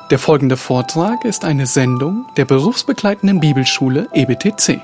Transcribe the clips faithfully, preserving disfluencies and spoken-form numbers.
Der folgende Vortrag ist eine Sendung der berufsbegleitenden Bibelschule E B T C.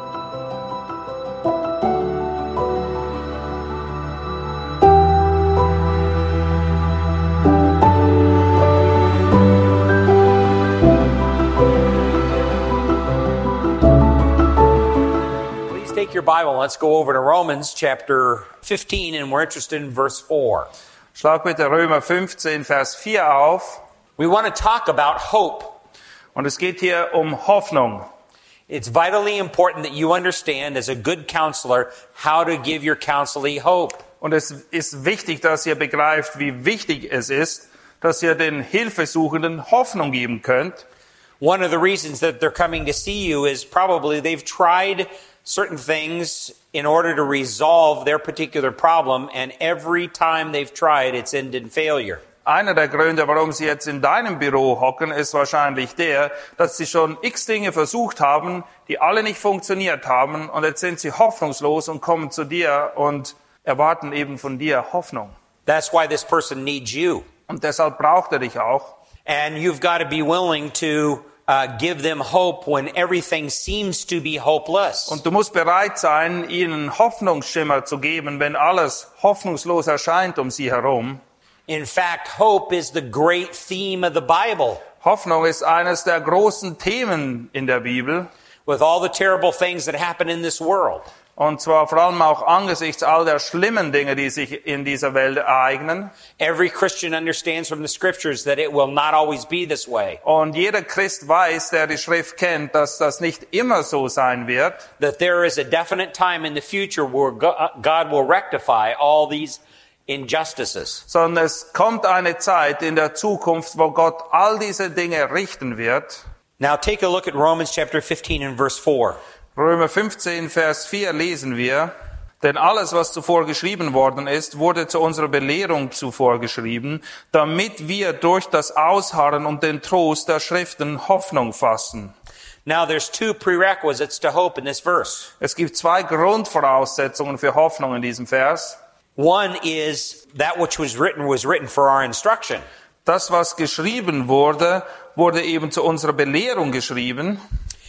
Please take your Bible. Let's go over to Romans chapter fifteen, and we're interested in verse four. Schlag bitte Römer fünfzehn, Vers vier auf. We want to talk about hope. Und es geht hier um Hoffnung. It's vitally important that you understand, as a good counselor, how to give your counselee hope. Und es ist wichtig, dass ihr begreift, wie wichtig es ist, dass ihr den Hilfesuchenden Hoffnung geben könnt. One of the reasons that they're coming to see you is probably they've tried certain things in order to resolve their particular problem, and every time they've tried, it's ended in failure. Einer der Gründe, warum sie jetzt in deinem Büro hocken, ist wahrscheinlich der, dass sie schon x Dinge versucht haben, die alle nicht funktioniert haben, und jetzt sind sie hoffnungslos und kommen zu dir und erwarten eben von dir Hoffnung. That's why this person needs you. Und deshalb braucht er dich auch. And you've got to be willing to uh, give them hope when everything seems to be hopeless. Und du musst bereit sein, ihnen Hoffnungsschimmer zu geben, wenn alles hoffnungslos erscheint um sie herum. In fact, hope is the great theme of the Bible. Hoffnung ist eines der großen Themen in der Bibel. With all the terrible things that happen in this world. Und zwar vor allem auch angesichts all der schlimmen Dinge, die sich in dieser Welt ereignen. Every Christian understands from the scriptures that it will not always be this way. Und jeder Christ weiß, der die Schrift kennt, dass das nicht immer so sein wird. That there is a definite time in the future where God will rectify all these injustices. Sondern es kommt eine Zeit in der Zukunft, wo Gott all diese Dinge richten wird. Now take a look at Romans chapter fifteen and verse four. Römer fünfzehn, Vers vier lesen wir: Denn alles, was zuvor geschrieben worden ist, wurde zu unserer Belehrung zuvor geschrieben, damit wir durch das Ausharren und den Trost der Schriften Hoffnung fassen. Now there's two prerequisites to hope in this verse. Es gibt zwei Grundvoraussetzungen für Hoffnung in diesem Vers. One is that which was written was written for our instruction. Das, was geschrieben wurde, wurde eben zu unserer Belehrung geschrieben.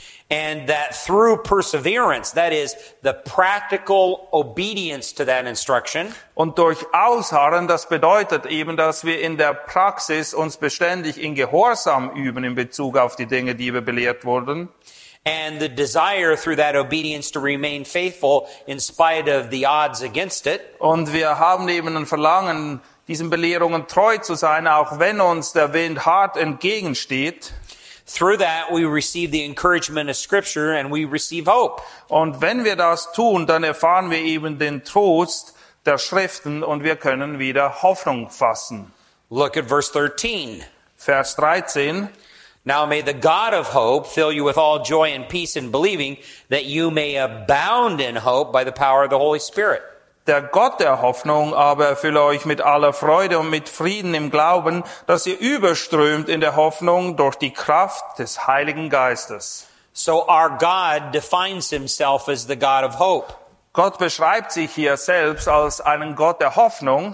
And that through perseverance, that is, the practical obedience to that instruction. Und durch Ausharren, das bedeutet eben, dass wir in der Praxis uns beständig in Gehorsam üben in Bezug auf die Dinge, die wir belehrt wurden. And the desire through that obedience to remain faithful in spite of the odds against it. Und wir haben eben ein Verlangen, diesen Belehrungen treu zu sein, auch wenn uns der Wind hart entgegensteht. Through that we receive the encouragement of Scripture and we receive hope. Und wenn wir das tun, dann erfahren wir eben den Trost der Schriften und wir können wieder Hoffnung fassen. Look at verse thirteen. Vers dreizehn. Now may the God of hope fill you with all joy and peace in believing, that you may abound in hope by the power of the Holy Spirit. Der Gott der Hoffnung aber erfülle euch mit aller Freude und mit Frieden im Glauben, dass ihr überströmt in der Hoffnung durch die Kraft des Heiligen Geistes. So our God defines himself as the God of hope. Gott beschreibt sich hier selbst als einen Gott der Hoffnung.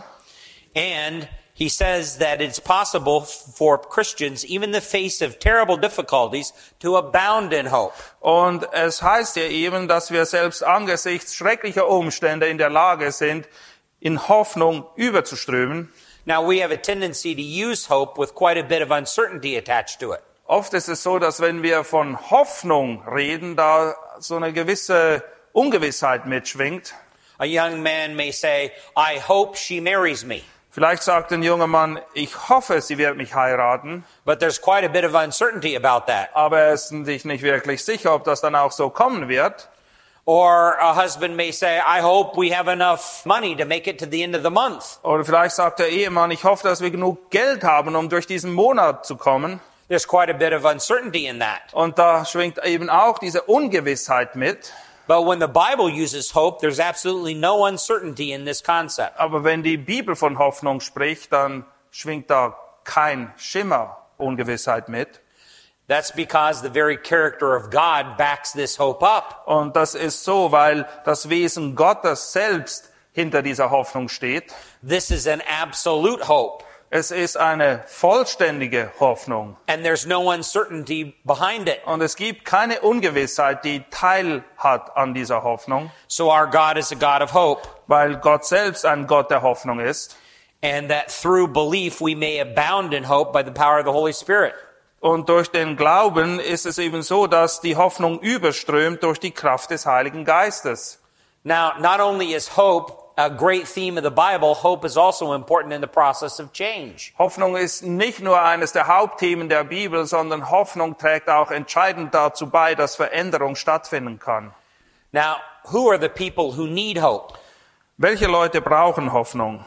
And he says that it's possible for Christians, even in the face of terrible difficulties, to abound in hope. Und es heißt ja eben, dass wir selbst angesichts schrecklicher Umstände in der Lage sind, in Hoffnung überzuströmen. Now we have a tendency to use hope with quite a bit of uncertainty attached to it. Oft ist es so, dass wenn wir von Hoffnung reden, da so eine gewisse Ungewissheit mitschwingt. A young man may say, I hope she marries me. Vielleicht sagt ein junger Mann, ich hoffe, sie wird mich heiraten. But there's quite a bit of uncertainty about that. Aber er ist sich nicht wirklich sicher, ob das dann auch so kommen wird. Or a husband may say, I hope we have enough money to make it to the end of the month. Oder vielleicht sagt der Ehemann, ich hoffe, dass wir genug Geld haben, um durch diesen Monat zu kommen. There's quite a bit of uncertainty in that. Und da schwingt eben auch diese Ungewissheit mit. But when the Bible uses hope, there's absolutely no uncertainty in this concept. Aber wenn die Bibel von Hoffnung spricht, dann schwingt da kein Schimmer Ungewissheit mit. That's because the very character of God backs this hope up. Und das ist so, weil das Wesen Gottes selbst hinter dieser Hoffnung steht. This is an absolute hope. Es ist eine vollständige Hoffnung. And there's no uncertainty behind it. Und es gibt keine Ungewissheit, die Teil hat an dieser Hoffnung, So our God is a God of hope. weil Gott selbst ein Gott der Hoffnung ist. And that through belief we may abound in hope by the power of the Holy Spirit. Und durch den Glauben ist es eben so, dass die Hoffnung überströmt durch die Kraft des Heiligen Geistes. Now, not only is hope a great theme of the Bible, hope is also important in the process of change. Hoffnung ist nicht nur eines der Hauptthemen der Bibel, sondern Hoffnung trägt auch entscheidend dazu bei, dass Veränderung stattfinden kann. Now, who are the people who need hope? Welche Leute brauchen Hoffnung?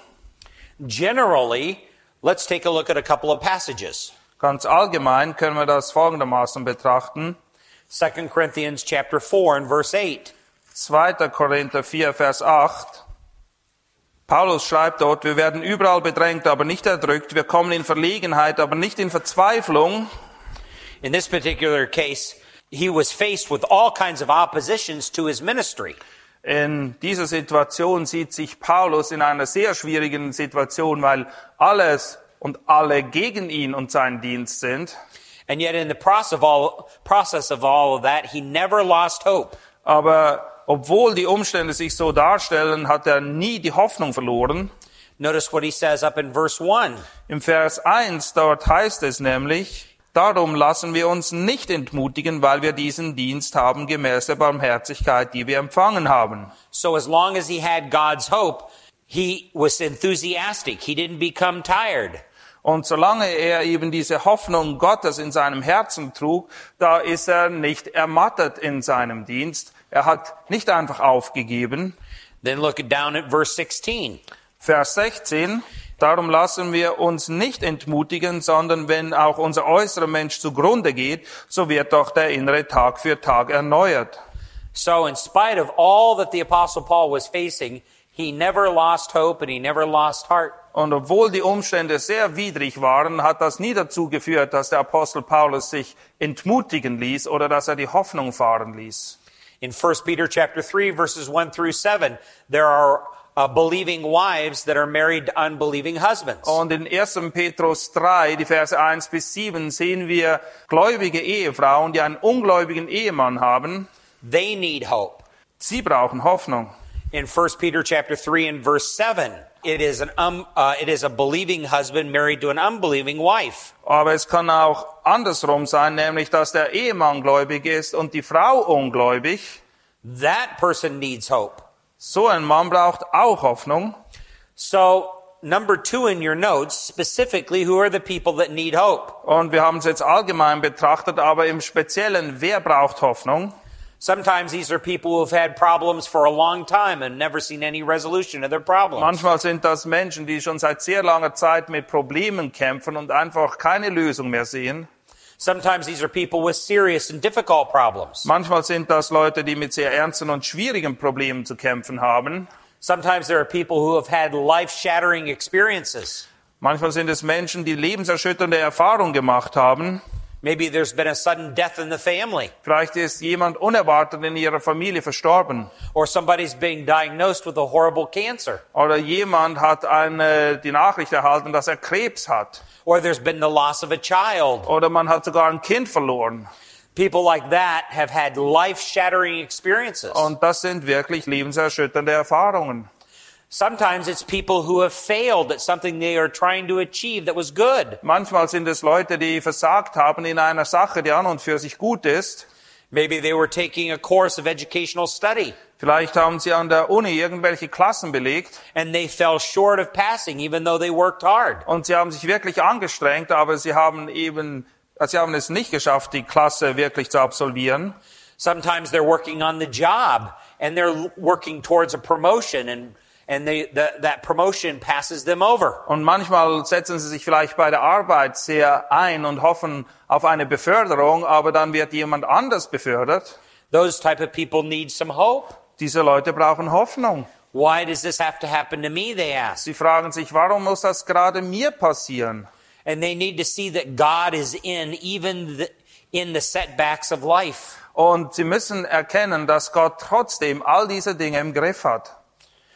Generally, let's take a look at a couple of passages. Ganz allgemein können wir das folgendermaßen betrachten. Second Corinthians chapter four and verse eight. zweiter Korinther vier, Vers acht. Paulus schreibt dort, wir werden überall bedrängt, aber nicht erdrückt. Wir kommen in Verlegenheit, aber nicht in Verzweiflung. In this particular case, he was faced with all kinds of oppositions to his ministry. In dieser Situation sieht sich Paulus in einer sehr schwierigen Situation, weil alles und alle gegen ihn und seinen Dienst sind. And yet in the process of all, process of all of that, he never lost hope. Aber obwohl die Umstände sich so darstellen, hat er nie die Hoffnung verloren. Notice what he says up in verse one. Im Vers eins, dort heißt es nämlich, darum lassen wir uns nicht entmutigen, weil wir diesen Dienst haben gemäß der Barmherzigkeit, die wir empfangen haben. So as long as he had God's hope, he was enthusiastic. He didn't become tired. Und solange er eben diese Hoffnung Gottes in seinem Herzen trug, da ist er nicht ermattet in seinem Dienst. Er hat nicht einfach aufgegeben. Then look down at verse sixteen. Vers sechzehn. Darum lassen wir uns nicht entmutigen, sondern wenn auch unser äußerer Mensch zugrunde geht, so wird doch der innere Tag für Tag erneuert. So in spite of all that the Apostle Paul was facing, he never lost hope and he never lost heart. Und obwohl die Umstände sehr widrig waren, hat das nie dazu geführt, dass der Apostel Paulus sich entmutigen ließ oder dass er die Hoffnung fahren ließ. In First Peter chapter three, verses one through seven, there are uh, believing wives that are married to unbelieving husbands. Und in erster Petrus drei, die Verse eins bis sieben, sehen wir gläubige Ehefrauen, die einen ungläubigen Ehemann haben. They need hope. Sie brauchen Hoffnung. In First Peter chapter three and verse seven, it is an um, uh, it is a believing husband married to an unbelieving wife. Aber es kann auch andersrum sein, nämlich dass der Ehemann gläubig ist und die Frau ungläubig. That person needs hope. So ein Mann braucht auch Hoffnung. So, number two in your notes, specifically, who are the people that need hope? Und wir haben es jetzt allgemein betrachtet, aber im Speziellen, wer braucht Hoffnung? Sometimes these are people who have had problems for a long time and never seen any resolution of their problems. Manchmal sind das Menschen, die schon seit sehr langer Zeit mit Problemen kämpfen und einfach keine Lösung mehr sehen. Sometimes these are people with serious and difficult problems. Manchmal sind das Leute, die mit sehr ernsten und schwierigen Problemen zu kämpfen haben. Sometimes there are people who have had life-shattering experiences. Manchmal sind es Menschen, die lebenserschütternde Erfahrungen gemacht haben. Maybe there's been a sudden death in the family. Vielleicht ist jemand unerwartet in ihrer Familie verstorben. Or somebody's being diagnosed with a horrible cancer. Oder jemand hat eine, die Nachricht erhalten, dass er Krebs hat. Or there's been the loss of a child. Oder man hat sogar ein Kind verloren. People like that have had life-shattering experiences. Und das sind wirklich lebenserschütternde Erfahrungen. Sometimes it's people who have failed at something they are trying to achieve that was good. Manchmal sind es Leute, die versagt haben in einer Sache, die an und für sich gut ist. Maybe they were taking a course of educational study Vielleicht haben sie an der Uni irgendwelche Klassen belegt and they fell short of passing even though they worked hard. und sie haben sich wirklich angestrengt, aber sie haben eben, sie haben es nicht geschafft, die Klasse wirklich zu absolvieren. Sometimes they're working on the job and they're working towards a promotion and and they, the, that promotion passes them over. Und manchmal setzen sie sich vielleicht bei der Arbeit sehr ein und hoffen auf eine Beförderung, aber dann wird jemand anders befördert. Those type of people need some hope. Diese Leute brauchen Hoffnung. Why does this have to happen to me, they ask. Sie fragen sich, warum muss das gerade mir passieren? And they need to see that God is in even the, in the setbacks of life. Und sie müssen erkennen, dass Gott trotzdem all diese Dinge im Griff hat.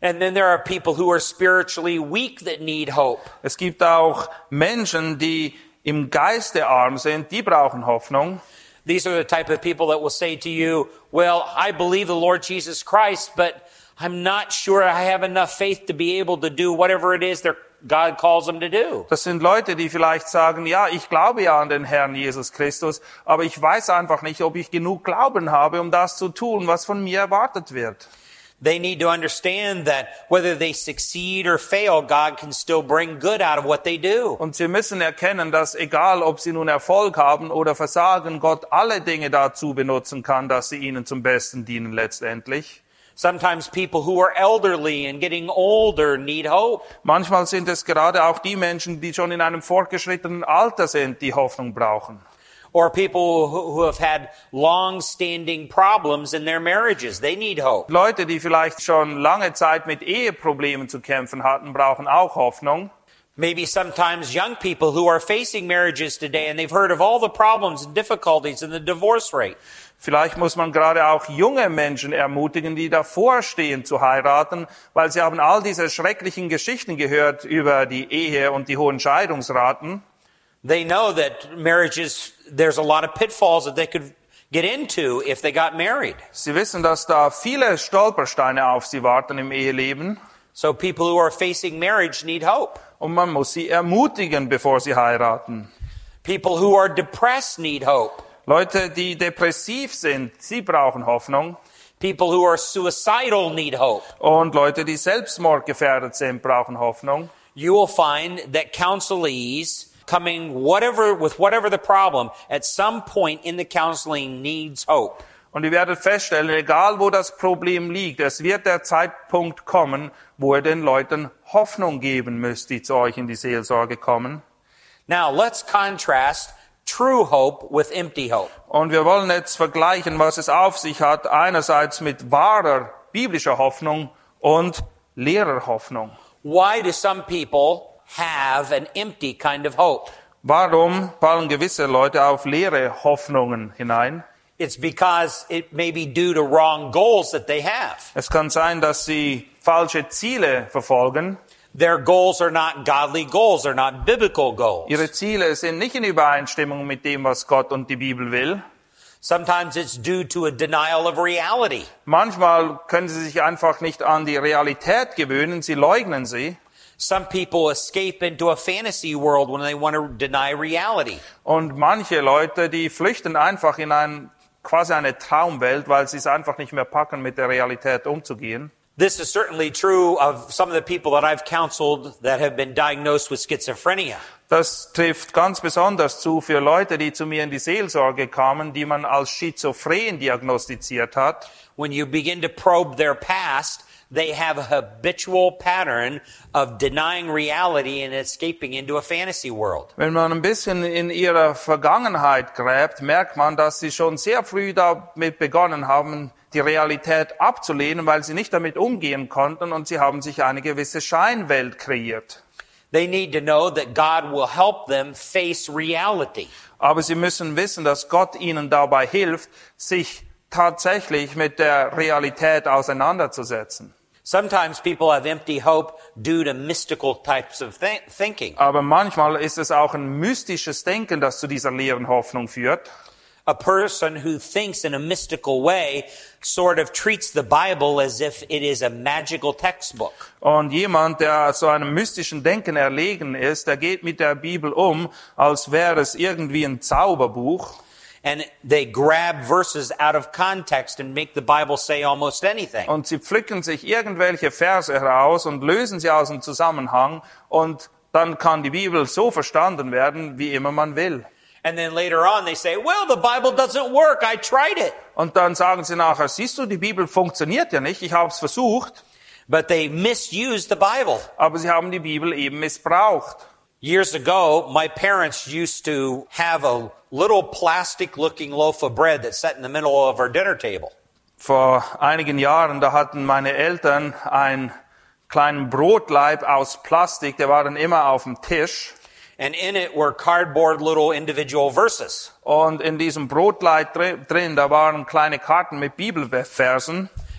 And then there are people who are spiritually weak that need hope. Es gibt auch Menschen, die im Geiste arm sind, die brauchen Hoffnung. These are the type of people that will say to you, well, I believe the Lord Jesus Christ, but I'm not sure I have enough faith to be able to do whatever it is that God calls them to do. Das sind Leute, die vielleicht sagen, ja, ich glaube ja an den Herrn Jesus Christus, aber ich weiß einfach nicht, ob ich genug Glauben habe, um das zu tun, was von mir erwartet wird. They need to understand that whether they succeed or fail, God can still bring good out of what they do. Und sie müssen erkennen, dass egal, ob sie nun Erfolg haben oder versagen, Gott alle Dinge dazu benutzen kann, dass sie ihnen zum Besten dienen letztendlich. Sometimes people who are elderly and getting older need hope. Manchmal sind es gerade auch die Menschen, die schon in einem fortgeschrittenen Alter sind, die Hoffnung brauchen. Or people who have had long-standing problems in their marriages. They need hope. Leute, die vielleicht schon lange Zeit mit Eheproblemen zu kämpfen hatten, brauchen auch Hoffnung. Maybe sometimes young people who are facing marriages today and they've heard of all the problems and difficulties in the divorce rate. Vielleicht muss man gerade auch junge Menschen ermutigen, die davor stehen zu heiraten, weil sie haben all diese schrecklichen Geschichten gehört über die Ehe und die hohen Scheidungsraten. They know that marriages, there's a lot of pitfalls that they could get into if they got married. Sie wissen, dass da viele Stolpersteine auf sie warten im Eheleben. So people who are facing marriage need hope. Und man muss sie ermutigen, bevor sie heiraten. People who are depressed need hope. Leute, die depressiv sind, sie brauchen Hoffnung. People who are suicidal need hope. Und Leute, die selbstmordgefährdet sind, brauchen Hoffnung. You will find that counselees coming whatever with whatever the problem, at some point in the counseling needs hope. Und ihr werdet feststellen, egal wo das Problem liegt, es wird der Zeitpunkt kommen, wo ihr den Leuten Hoffnung geben müsst, die zu euch in die Seelsorge kommen. Now let's contrast true hope with empty hope. Und wir wollen jetzt vergleichen, was es auf sich hat, einerseits mit wahrer biblischer Hoffnung und leerer Hoffnung. Why do some people have an empty kind of hope? Warum fallen gewisse Leute auf leere Hoffnungen hinein? It's because it may be due to wrong goals that they have. Es kann sein, dass sie falsche Ziele verfolgen. Their goals are not godly goals, they're not biblical goals. Ihre Ziele sind nicht in Übereinstimmung mit dem, was Gott und die Bibel will. Sometimes it's due to a denial of reality. Manchmal können sie sich einfach nicht an die Realität gewöhnen, sie leugnen sie. Some people escape into a fantasy world when they want to deny reality. Und manche Leute, die flüchten einfach in ein, quasi eine Traumwelt, weil sie es einfach nicht mehr packen, mit der Realität umzugehen. This is certainly true of some of the people that I've counseled that have been diagnosed with schizophrenia. Das trifft ganz besonders zu für Leute, die zu mir in die Seelsorge kamen, die man als schizophren diagnostiziert hat. When you begin to probe their past, they have a habitual pattern of denying reality and escaping into a fantasy world. Wenn man ein bisschen in ihrer Vergangenheit gräbt, merkt man, dass sie schon sehr früh damit begonnen haben, die Realität abzulehnen, weil sie nicht damit umgehen konnten und sie haben sich eine gewisse Scheinwelt kreiert. They need to know that God will help them face reality. Aber sie müssen wissen, dass Gott ihnen dabei hilft, sich tatsächlich mit der Realität auseinanderzusetzen. Sometimes people have empty hope due to mystical types of th- thinking. Aber manchmal ist es auch ein mystisches Denken, das zu dieser leeren Hoffnung führt. A person who thinks in a mystical way sort of treats the Bible as if it is a magical textbook. Und jemand, der so einem mystischen Denken erlegen ist, der geht mit der Bibel um, als wäre es irgendwie ein Zauberbuch. And they grab verses out of context and make the Bible say almost anything. Und sie pflücken sich irgendwelche Verse heraus und lösen sie aus dem Zusammenhang. Und dann kann die Bibel so verstanden werden, wie immer man will. And then later on they say, well, the Bible doesn't work. I tried it. Und dann sagen sie nachher, siehst du, die Bibel funktioniert ja nicht, ich habe es versucht. But they misuse the Bible. Aber sie haben die Bibel eben missbraucht. Years ago, my parents used to have a little plastic-looking loaf of bread that sat in the middle of our dinner table. Vor einigen Jahren, da hatten meine Eltern einen kleinen Brotlaib aus Plastik, der war dann immer auf dem Tisch. And in it were cardboard little individual verses. Und in diesem Brotlaib drin, da waren kleine Karten mit Bibelversen.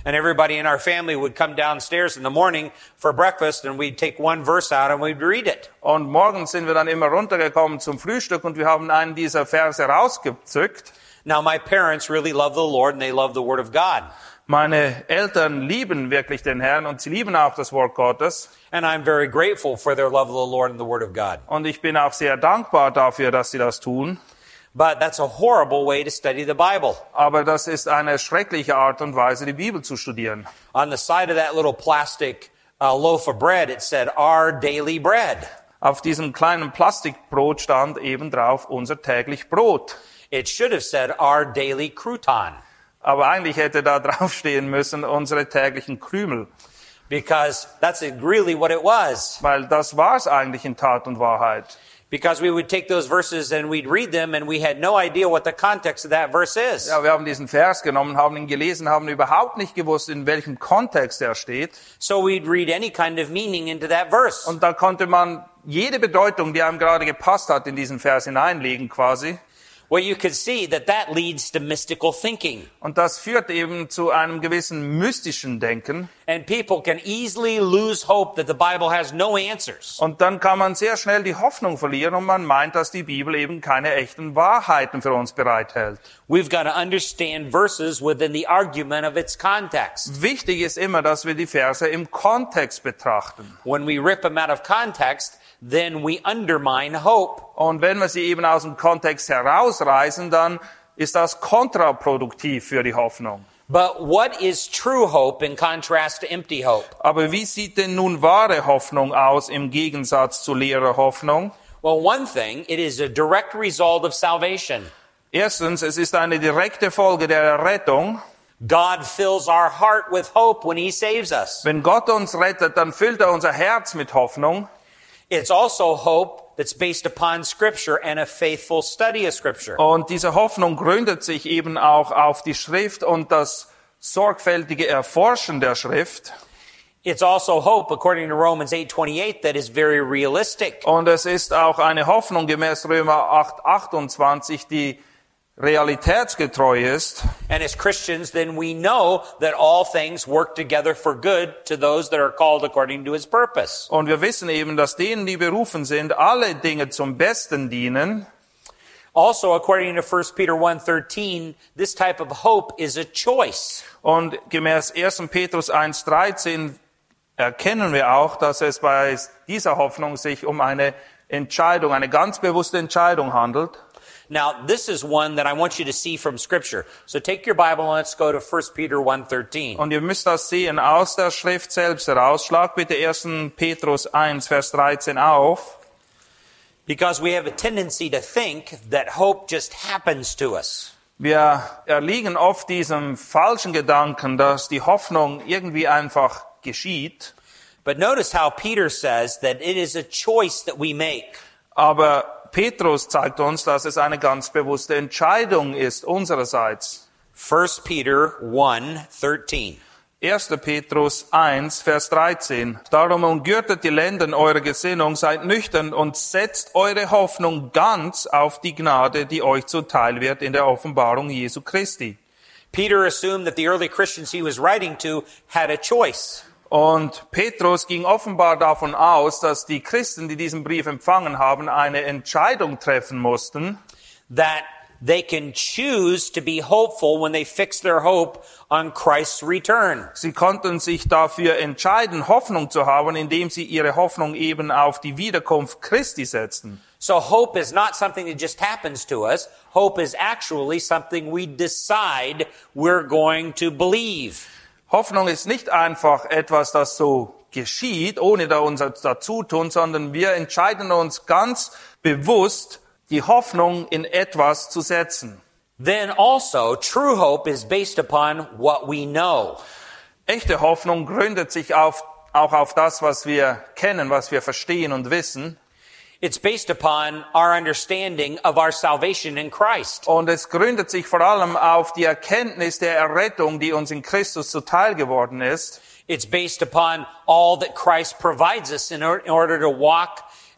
And everybody in our family would come downstairs in the morning for breakfast and we'd take one verse out and we'd read it. Und morgens sind wir dann immer runtergekommen zum Frühstück und wir haben einen dieser Verse rausgezückt. Now my parents really love the Lord and they love the Word of God. Meine Eltern lieben wirklich den Herrn und sie lieben auch das Wort Gottes. And I'm very grateful for their love of the Lord and the Word of God. Und ich bin auch sehr dankbar dafür, dass sie das tun. But that's a horrible way to study the Bible. Aber das ist eine schreckliche Art und Weise, die Bibel zu studieren. On the side of that little plastic uh, loaf of bread, it said, our daily bread. Auf diesem kleinen Plastikbrot stand eben drauf, unser täglich Brot. It should have said, our daily crouton. Aber eigentlich hätte da draufstehen müssen, unsere täglichen Krümel. Because that's really what it was. Weil das war es eigentlich in Tat und Wahrheit. Because we would take those verses and we'd read them and we had no idea what the context of that verse is. Ja, wir haben diesen Vers genommen, haben ihn gelesen, haben überhaupt nicht gewusst, in welchem Kontext er steht. So we'd read any kind of meaning into that verse. Und da konnte man jede Bedeutung, die einem gerade gepasst hat, in diesen Vers hineinlegen quasi. Well, you could see that that leads to mystical thinking. Und das führt eben zu einem gewissen mystischen Denken. And people can easily lose hope that the Bible has no answers. Und dann kann man sehr schnell die Hoffnung verlieren und man meint, dass die Bibel eben keine echten Wahrheiten für uns bereithält. We've got to understand verses within the argument of its context. Wichtig ist immer, dass wir die Verse im Kontext betrachten. When we rip them out of context, then we undermine hope. Und wenn wir sie eben aus dem Kontext herausreißen, dann ist das kontraproduktiv für die Hoffnung. But what is true hope in contrast to empty hope? Aber wie sieht denn nun wahre Hoffnung aus im Gegensatz zu leerer Hoffnung? Well, one thing, it is a direct result of salvation. Erstens, es ist eine direkte Folge der Errettung. God fills our heart with hope when He saves us. Wenn Gott uns rettet, dann füllt er unser Herz mit Hoffnung. It's also hope that's based upon Scripture and a faithful study of Scripture. Und diese Hoffnung gründet sich eben auch auf die Schrift und das sorgfältige Erforschen der Schrift. It's also hope, according to Romans eight twenty-eight, that is very realistic. Und es ist auch eine Hoffnung gemäß Römer acht achtundzwanzig, die realitätsgetreu ist. And as Christians, then we know that all things work together for good to those that are called according to His purpose. Und wir wissen eben, dass denen, die berufen sind, alle Dinge zum Besten dienen. Also, according to First Peter one thirteen, this type of hope is a choice. Und gemäß ersten Petrus eins dreizehn erkennen wir auch, dass es bei dieser Hoffnung sich um eine Entscheidung, eine ganz bewusste Entscheidung handelt. Now, this is one that I want you to see from Scripture. So take your Bible and let's go to First Peter one thirteen. Und ihr müsst das sehen aus der Schrift selbst heraus. Schlag bitte ersten Petrus eins, Vers dreizehn auf. Because we have a tendency to think that hope just happens to us. Wir erliegen oft diesem falschen Gedanken, dass die Hoffnung irgendwie einfach geschieht. But notice how Peter says that it is a choice that we make. Aber Petrus zeigt uns, dass es eine ganz bewusste Entscheidung ist unsererseits. First Peter one thirteen. erster Petrus eins, Vers dreizehn. Darum umgürtet die Lenden eure Gesinnung, seid nüchtern und setzt eure Hoffnung ganz auf die Gnade, die euch zuteil wird in der Offenbarung Jesu Christi. Peter assumed that the early Christians he was writing to had a choice. Und Petrus ging offenbar davon aus, dass die Christen, die diesen Brief empfangen haben, eine Entscheidung treffen mussten. That they can choose to be hopeful when they fix their hope on Christ's return. Sie konnten sich dafür entscheiden, Hoffnung zu haben, indem sie ihre Hoffnung eben auf die Wiederkunft Christi setzten. So hope is not something that just happens to us. Hope is actually something we decide we're going to believe. Hoffnung ist nicht einfach etwas, das so geschieht, ohne da uns dazu tun, sondern wir entscheiden uns ganz bewusst, die Hoffnung in etwas zu setzen. Then also, true hope is based upon what we know. Echte Hoffnung gründet sich auf, auch auf das, was wir kennen, was wir verstehen und wissen. It's based upon our understanding of our salvation in Christ. Und es gründet sich vor allem auf die Erkenntnis der Errettung, die uns in Christus zuteil geworden ist. It's based upon all that Christ provides us in order to walk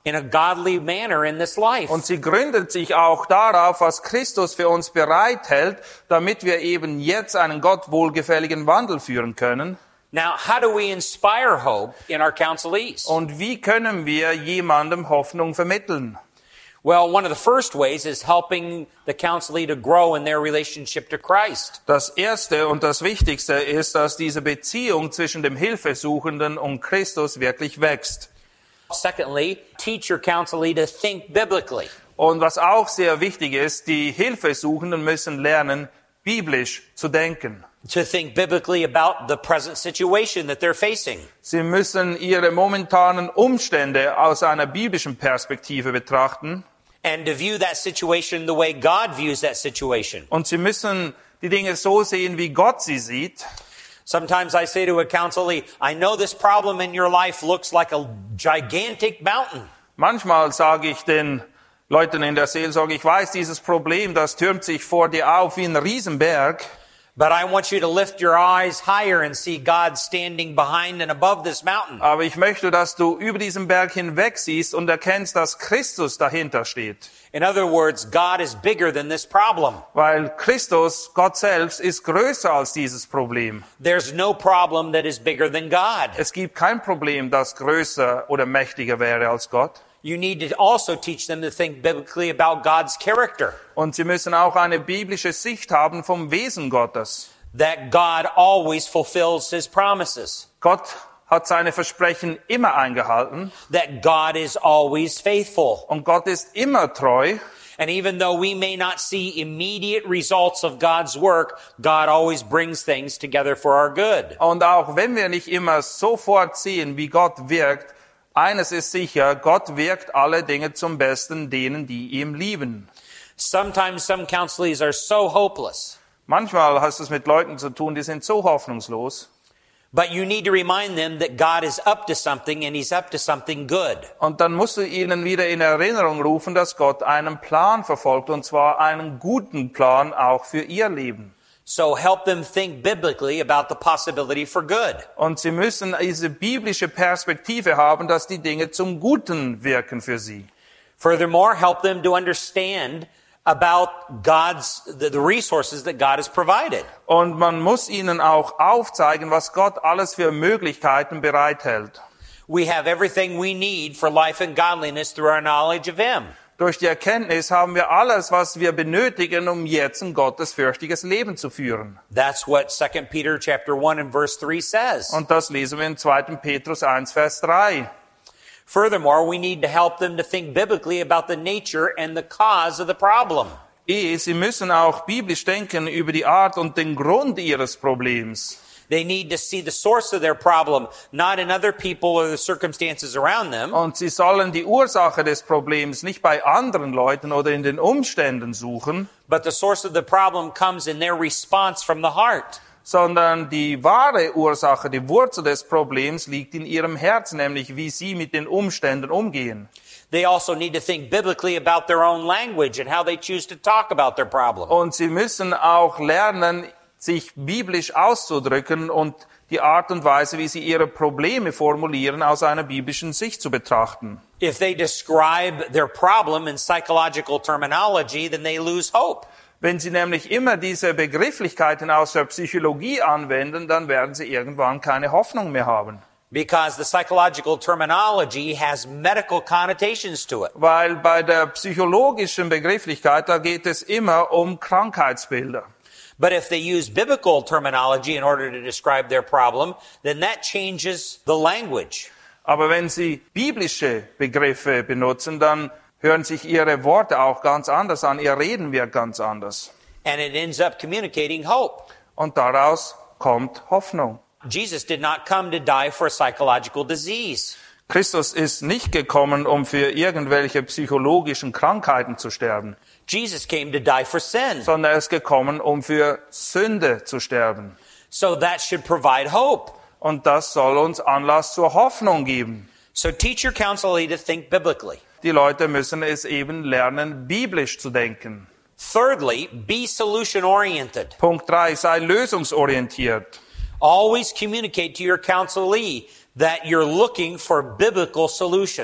in a godly manner in this life. Und sie gründet sich auch darauf, was Christus für uns bereithält, damit wir eben jetzt einen Gott wohlgefälligen Wandel führen können. Now, how do we inspire hope in our counselees? Und wie können wir jemandem Hoffnung vermitteln? Well, one of the first ways is helping the counselee to grow in their relationship to Christ. Das Erste und das Wichtigste ist, dass diese Beziehung zwischen dem Hilfesuchenden und Christus wirklich wächst. Secondly, teach your counselee to think biblically. Und was auch sehr wichtig ist, die Hilfesuchenden müssen lernen, biblisch zu denken. To think biblically about the present situation that they're facing. Sie müssen ihre momentanen Umstände aus einer biblischen Perspektive betrachten. And to view that situation the way God views that situation. Und sie müssen die Dinge so sehen, wie Gott sie sieht. Sometimes I say to a counselee, I know this problem in your life looks like a gigantic mountain. Manchmal sage ich den Leuten in der Seelsorge, ich weiß, dieses Problem, das türmt sich vor dir auf wie ein Riesenberg. But I want you to lift your eyes higher and see God standing behind and above this mountain. Aber ich möchte, dass du über diesen Berg hinweg siehst und erkennst, dass Christus dahinter steht. In other words, God is bigger than this problem. Weil Christus, Gott selbst, ist größer als dieses Problem. There's no problem that is bigger than God. Es gibt kein Problem, das größer oder mächtiger wäre als Gott. You need to also teach them to think biblically about God's character. Und sie müssen auch eine biblische Sicht haben vom Wesen Gottes. That God always fulfills His promises. Gott hat seine Versprechen immer eingehalten. That God is always faithful. Und Gott ist immer treu. And even though we may not see immediate results of God's work, God always brings things together for our good. Und auch wenn wir nicht immer sofort sehen, wie Gott wirkt, eines ist sicher, Gott wirkt alle Dinge zum Besten denen, die ihm lieben. Sometimes some counselees are so hopeless. Manchmal hast du es mit Leuten zu tun, die sind so hoffnungslos. But you need to remind them that God is up to something and He's up to something good. Und dann musst du ihnen wieder in Erinnerung rufen, dass Gott einen Plan verfolgt, und zwar einen guten Plan auch für ihr Leben. So help them think biblically about the possibility for good. Und sie müssen diese biblische Perspektive haben, dass die Dinge zum Guten wirken für sie. Furthermore, help them to understand about God's the, the resources that God has provided. Und man muss ihnen auch aufzeigen, was Gott alles für Möglichkeiten bereithält. We have everything we need for life and godliness through our knowledge of Him. Durch die Erkenntnis haben wir alles, was wir benötigen, um jetzt ein gottesfürchtiges Leben zu führen. That's what Second Peter chapter one and verse three says. Und das lesen wir in zweiten Petrus eins, Vers drei. Furthermore, we need to help them to think biblically about the nature and the cause of the problem. Sie müssen auch biblisch denken über die Art und den Grund ihres Problems. They need to see the source of their problem, not in other people or the circumstances around them. Und sie sollen die Ursache des Problems nicht bei anderen Leuten oder in den Umständen suchen, But the source of the problem comes in their response from the heart. sondern die wahre Ursache, die Wurzel des Problems liegt in ihrem Herzen, nämlich wie sie mit den Umständen umgehen. They also need to think biblically about their own language and how they choose to talk about their problem. Und sie müssen auch lernen, sich biblisch auszudrücken und die Art und Weise, wie sie ihre Probleme formulieren, aus einer biblischen Sicht zu betrachten. If they describe their problem in psychological terminology, then they lose hope. Wenn sie nämlich immer diese Begrifflichkeiten aus der Psychologie anwenden, dann werden sie irgendwann keine Hoffnung mehr haben. Because the psychological terminology has medical connotations to it. Weil bei der psychologischen Begrifflichkeit, da geht es immer um Krankheitsbilder. But if they use biblical terminology in order to describe their problem, then that changes the language. Aber wenn sie biblische Begriffe benutzen, dann hören sich ihre Worte auch ganz anders an, ihr Reden wird ganz anders. And it ends up communicating hope. Und daraus kommt Hoffnung. Jesus did not come to die for a psychological disease. Christus ist nicht gekommen, um für irgendwelche psychologischen Krankheiten zu sterben, Jesus came to die for sin. sondern er ist gekommen, um für Sünde zu sterben. So that should provide hope. Und das soll uns Anlass zur Hoffnung geben. So teach your counselee to think biblically. Die Leute müssen es eben lernen, biblisch zu denken. Thirdly, be solution-oriented. Punkt drei, sei lösungsorientiert. Always communicate to your counselee that you're looking for biblical solutions.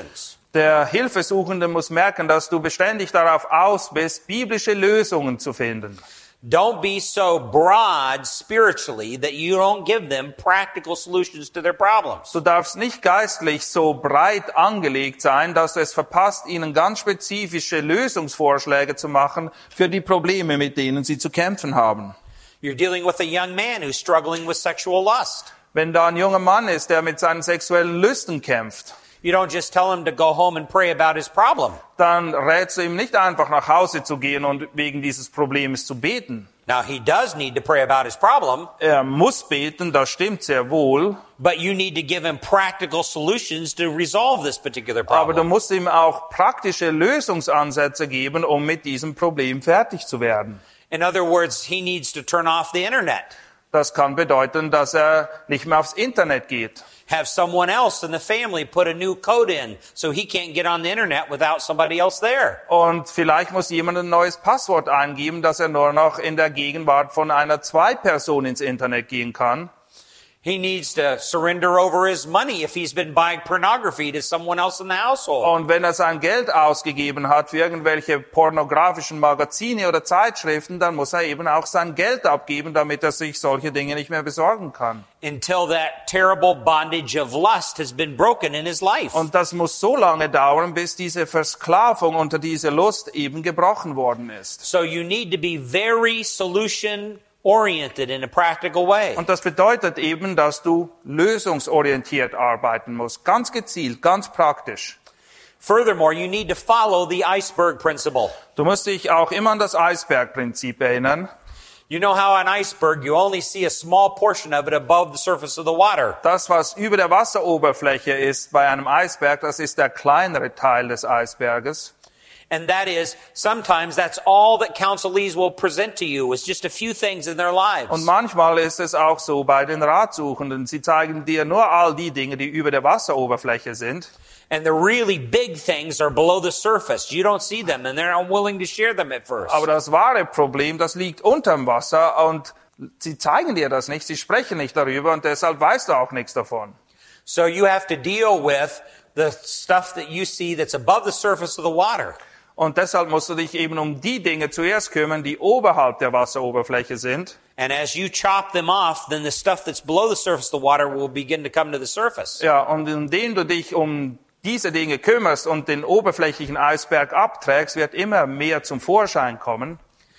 Der Hilfesuchende muss merken, dass du beständig darauf aus bist, biblische Lösungen zu finden. Don't be so broad spiritually that you don't give them practical solutions to their problems. Du darfst nicht geistlich so breit angelegt sein, dass du es verpasst, ihnen ganz spezifische Lösungsvorschläge zu machen für die Probleme, mit denen sie zu kämpfen haben. You're dealing with a young man who's struggling with sexual lust. Wenn da ein junger Mann ist, der mit seinen sexuellen Lüsten kämpft, You don't just tell him to go home and pray about his problem. dann rätst du ihm nicht einfach nach Hause zu gehen und wegen dieses Problems zu beten. Now, he does need to pray about his problem, Er muss beten, das stimmt sehr wohl, but you need to give him practical solutions to resolve this particular aber du problem. musst ihm auch praktische Lösungsansätze geben, um mit diesem Problem fertig zu werden. In other words, he needs to turn off the internet. Das kann bedeuten, dass er nicht mehr aufs Internet geht. Have someone else in the family put a new code in so he can't get on the internet without somebody else there. Und vielleicht muss jemand ein neues Passwort eingeben, dass er nur noch in der Gegenwart von einer Zwei-Person ins Internet gehen kann. He needs to surrender over his money if he's been buying pornography to someone else in the household. Und wenn er sein Geld ausgegeben hat für irgendwelche pornografischen Magazine oder Zeitschriften, dann muss er eben auch sein Geld abgeben, damit er sich solche Dinge nicht mehr besorgen kann. Until that terrible bondage of lust has been broken in his life. Und das muss so lange dauern, bis diese Versklavung unter diese Lust eben gebrochen worden ist. So you need to be very solution oriented in a practical way. Und das bedeutet eben, dass du lösungsorientiert arbeiten musst. Ganz gezielt, ganz praktisch. Furthermore, you need to follow the iceberg principle. Du musst dich auch immer an das Eisbergprinzip erinnern. You know how an iceberg, you only see a small portion of it above the surface of the water. Das, was über der Wasseroberfläche ist bei einem Eisberg, das ist der kleinere Teil des Eisberges. And that is, sometimes that's all that counselees will present to you is just a few things in their lives. Und manchmal ist es auch so bei den Ratsuchenden. Sie zeigen dir nur all die Dinge, die über der Wasseroberfläche sind. And the really big things are below the surface. You don't see them and they're unwilling to share them at first. Aber das wahre Problem, das liegt unterm Wasser und sie zeigen dir das nicht, sie sprechen nicht darüber und deshalb weißt du auch nichts davon. So you have to deal with the stuff that you see that's above the surface of the water. Und deshalb musst du dich eben um die Dinge zuerst kümmern, die oberhalb der Wasseroberfläche sind. And as you chop them off, then the stuff that's below the surface of the water will begin to come to the surface. Ja, und indem du dich um diese Dinge kümmerst und den oberflächlichen Eisberg abträgst, wird immer mehr zum Vorschein kommen.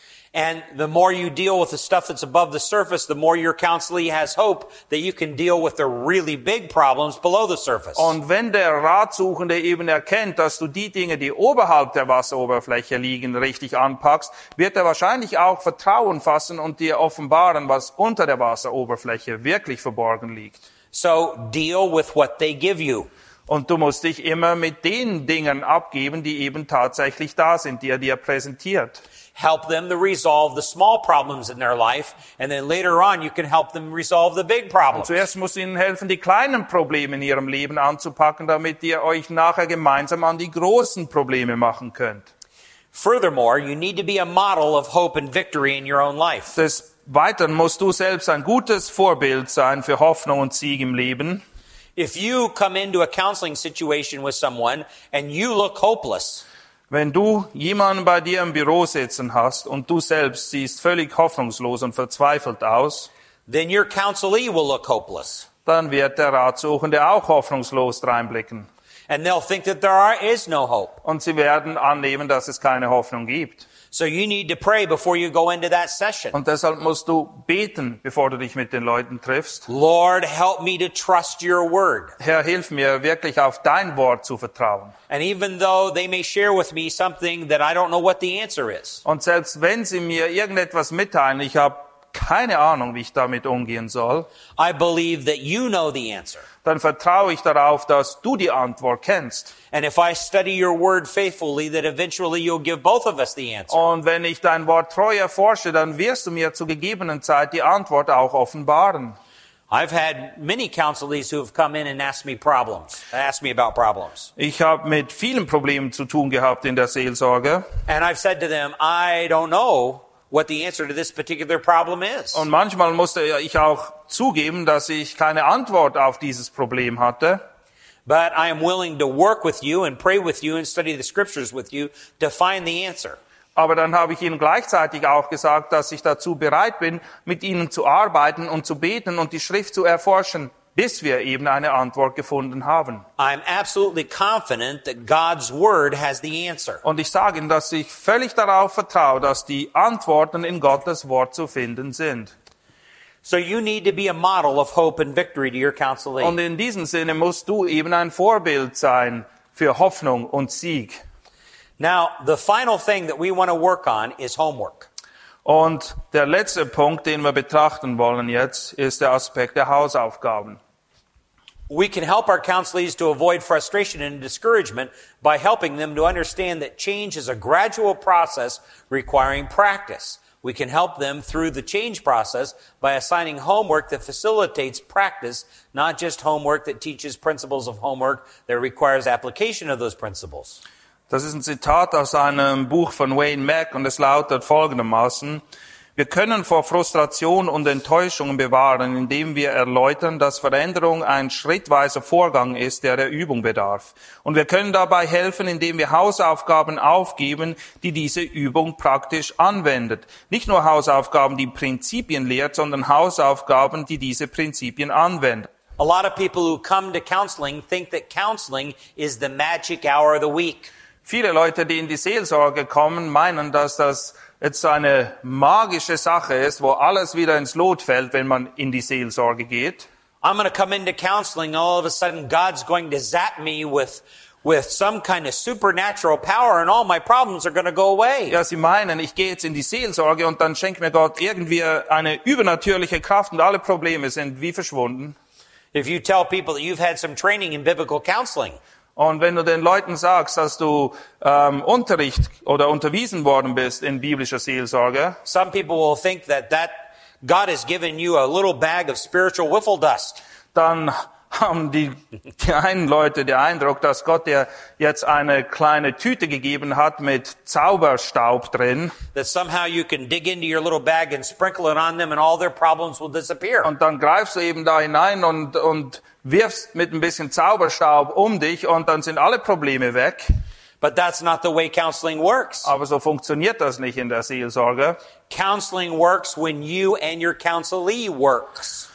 And the more you deal with the stuff that's above the surface, the more your counselee has hope that you can deal with the really big problems below the surface. Und wenn der Ratsuchende eben erkennt, dass du die Dinge, die oberhalb der Wasseroberfläche liegen, richtig anpackst, wird er wahrscheinlich auch Vertrauen fassen und dir offenbaren, was unter der Wasseroberfläche wirklich verborgen liegt. So deal with what they give you. Und du musst dich immer mit den Dingen abgeben, die eben tatsächlich da sind, die er dir präsentiert. Help them to resolve the small problems in their life, and then later on you can help them resolve the big problems. Zuerst musst du ihnen helfen, die kleinen Probleme in ihrem Leben anzupacken, damit ihr euch nachher gemeinsam an die großen Probleme machen könnt. Furthermore, you need to be a model of hope and victory in your own life. Des Weiteren musst du selbst ein gutes Vorbild sein für Hoffnung und Sieg im Leben. If you come into a counseling situation with someone and you look hopeless, Wenn du jemanden bei dir im Büro sitzen hast und du selbst siehst völlig hoffnungslos und verzweifelt aus, then your counselee will look hopeless. dann wird der Ratsuchende auch hoffnungslos reinblicken. And they'll think that there are, is no hope. Und sie werden annehmen, dass es keine Hoffnung gibt. So you need to pray before you go into that session. Und deshalb musst du beten, bevor du dich mit den Leuten triffst. Lord, help me to trust your word. Herr, hilf mir, wirklich auf dein Wort zu vertrauen. And even though they may share with me something that I don't know what the answer is, Und selbst wenn sie mir irgendetwas mitteilen, ich habe keine Ahnung, wie ich damit umgehen soll, I believe that you know the answer. dann vertraue ich darauf, dass du die Antwort kennst. And if I study your word faithfully, that eventually you'll give both of us the answer. Und wenn ich dein Wort treu erforsche, dann wirst du mir zu gegebenen Zeit die Antwort auch offenbaren. I've had many counselees who have come in and asked me problems, asked me about problems. Ich habe mit vielen Problemen zu tun gehabt in der Seelsorge. And I've said to them, I don't know what the answer to this particular problem is. Und manchmal musste ich auch zugeben, dass ich keine Antwort auf dieses Problem hatte. But I am willing to work with you and pray with you and study the scriptures with you to find the answer. Aber dann habe ich ihnen gleichzeitig auch gesagt, dass ich dazu bereit bin, mit ihnen zu arbeiten und zu beten und die Schrift zu erforschen, bis wir eben eine Antwort gefunden haben. I'm absolutely confident that God's word has the answer. Und ich sage Ihnen, dass ich völlig darauf vertraue, dass die Antworten in Gottes Wort zu finden sind. So you need to be a model of hope and victory to your counselee. Und in diesem Sinne musst du eben ein Vorbild sein für Hoffnung und Sieg. Now, the final thing that we want to work on is homework. Und der letzte Punkt, den wir betrachten wollen jetzt, ist der Aspekt der Hausaufgaben. We can help our counselees to avoid frustration and discouragement by helping them to understand that change is a gradual process requiring practice. We can help them through the change process by assigning homework that facilitates practice, not just homework that teaches principles of homework that requires application of those principles. Das ist ein Zitat aus einem Buch von Wayne Mack und es lautet folgendermaßen: Wir können vor Frustration und Enttäuschungen bewahren, indem wir erläutern, dass Veränderung ein schrittweiser Vorgang ist, der der Übung bedarf. Und wir können dabei helfen, indem wir Hausaufgaben aufgeben, die diese Übung praktisch anwendet. Nicht nur Hausaufgaben, die Prinzipien lehrt, sondern Hausaufgaben, die diese Prinzipien anwenden. A lot of people who come to counseling think that counseling is the magic hour of the week. Viele Leute, die in die Seelsorge kommen, meinen, dass das jetzt so eine magische Sache ist, wo alles wieder ins Lot fällt, wenn man in die Seelsorge geht. I'm going to come into counseling, all of a sudden God's going to zap me with with some kind of supernatural power and all my problems are going to go away. Ja, sie meinen, ich gehe jetzt in die Seelsorge und dann schenkt mir Gott irgendwie eine übernatürliche Kraft und alle Probleme sind wie verschwunden. If you tell people that you've had some training in biblical counseling, und wenn du den Leuten sagst, dass du ähm, Unterricht oder unterwiesen worden bist in biblischer Seelsorge, some people will think that that God has given you a little bag of spiritual wiffle dust. Dann haben die, die einen Leute den Eindruck, dass Gott dir jetzt eine kleine Tüte gegeben hat mit Zauberstaub drin. That somehow you can dig into your little bag and sprinkle it on them and all their problems will disappear. Und dann greifst du eben da hinein und, und wirfst mit ein bisschen Zauberstaub um dich und dann sind alle Probleme weg. But that's not the way counseling works. Aber so funktioniert das nicht in der Seelsorge. Counseling works when you and your counselee works.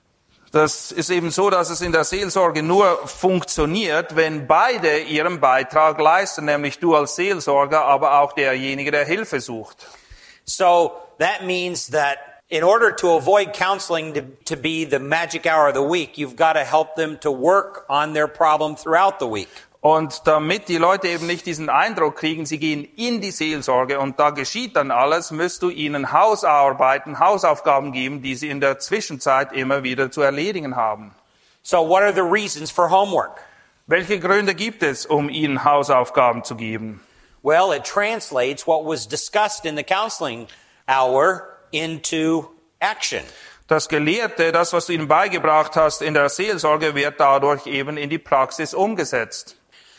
Das ist eben so, dass es in der Seelsorge nur funktioniert, wenn beide ihren Beitrag leisten, nämlich du als Seelsorger, aber auch derjenige, der Hilfe sucht. So that means that in order to avoid counseling to, to be the magic hour of the week, you've got to help them to work on their problem throughout the week. Und damit die Leute eben nicht diesen Eindruck kriegen, sie gehen in die Seelsorge und da geschieht dann alles, müsst du ihnen Hausarbeiten, Hausaufgaben geben, die sie in der Zwischenzeit immer wieder zu erledigen haben. So what are the reasons for homework? Welche Gründe gibt es, um ihnen Hausaufgaben zu geben? Well, it translates what was discussed in the counseling hour into action. Das Gelehrte, das, was du ihnen beigebracht hast in der Seelsorge, wird dadurch eben in die Praxis umgesetzt.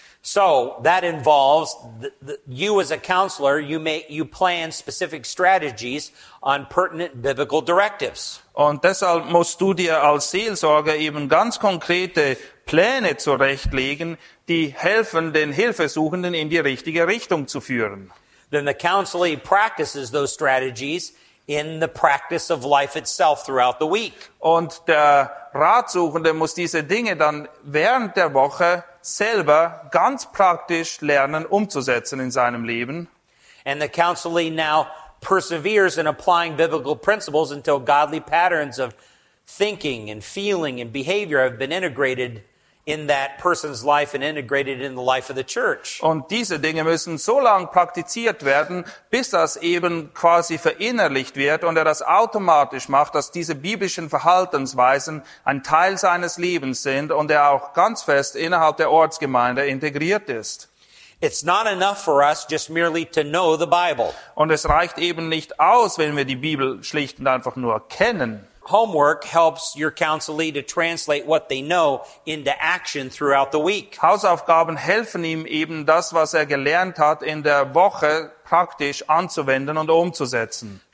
So that involves the, the, you as a counselor, you may you plan specific strategies on pertinent biblical directives. Und deshalb musst du dir als Seelsorger eben ganz konkrete Pläne zurechtlegen, die helfen, den Hilfesuchenden in die richtige Richtung zu führen. Then the counselee practices those strategies in the practice of life itself throughout the week. Und der Ratsuchende muss diese Dinge dann während der Woche selber ganz praktisch lernen umzusetzen in seinem Leben. And the counselee now perseveres in applying biblical principles until godly patterns of thinking and feeling and behavior have been integrated in that person's life and integrated in the life of the church. Und diese Dinge müssen so lang praktiziert werden, bis das eben quasi verinnerlicht wird und er das automatisch macht, dass diese biblischen Verhaltensweisen ein Teil seines Lebens sind und er auch ganz fest innerhalb der Ortsgemeinde integriert ist. It's not enough for us just merely to know the Bible. Und es reicht eben nicht aus, wenn wir die Bibel schlicht und einfach nur kennen. Homework helps your counselee to translate what they know into action throughout the week. Hausaufgaben helfen ihm eben das, was er gelernt hat, in der Woche praktisch anzuwenden und umzusetzen.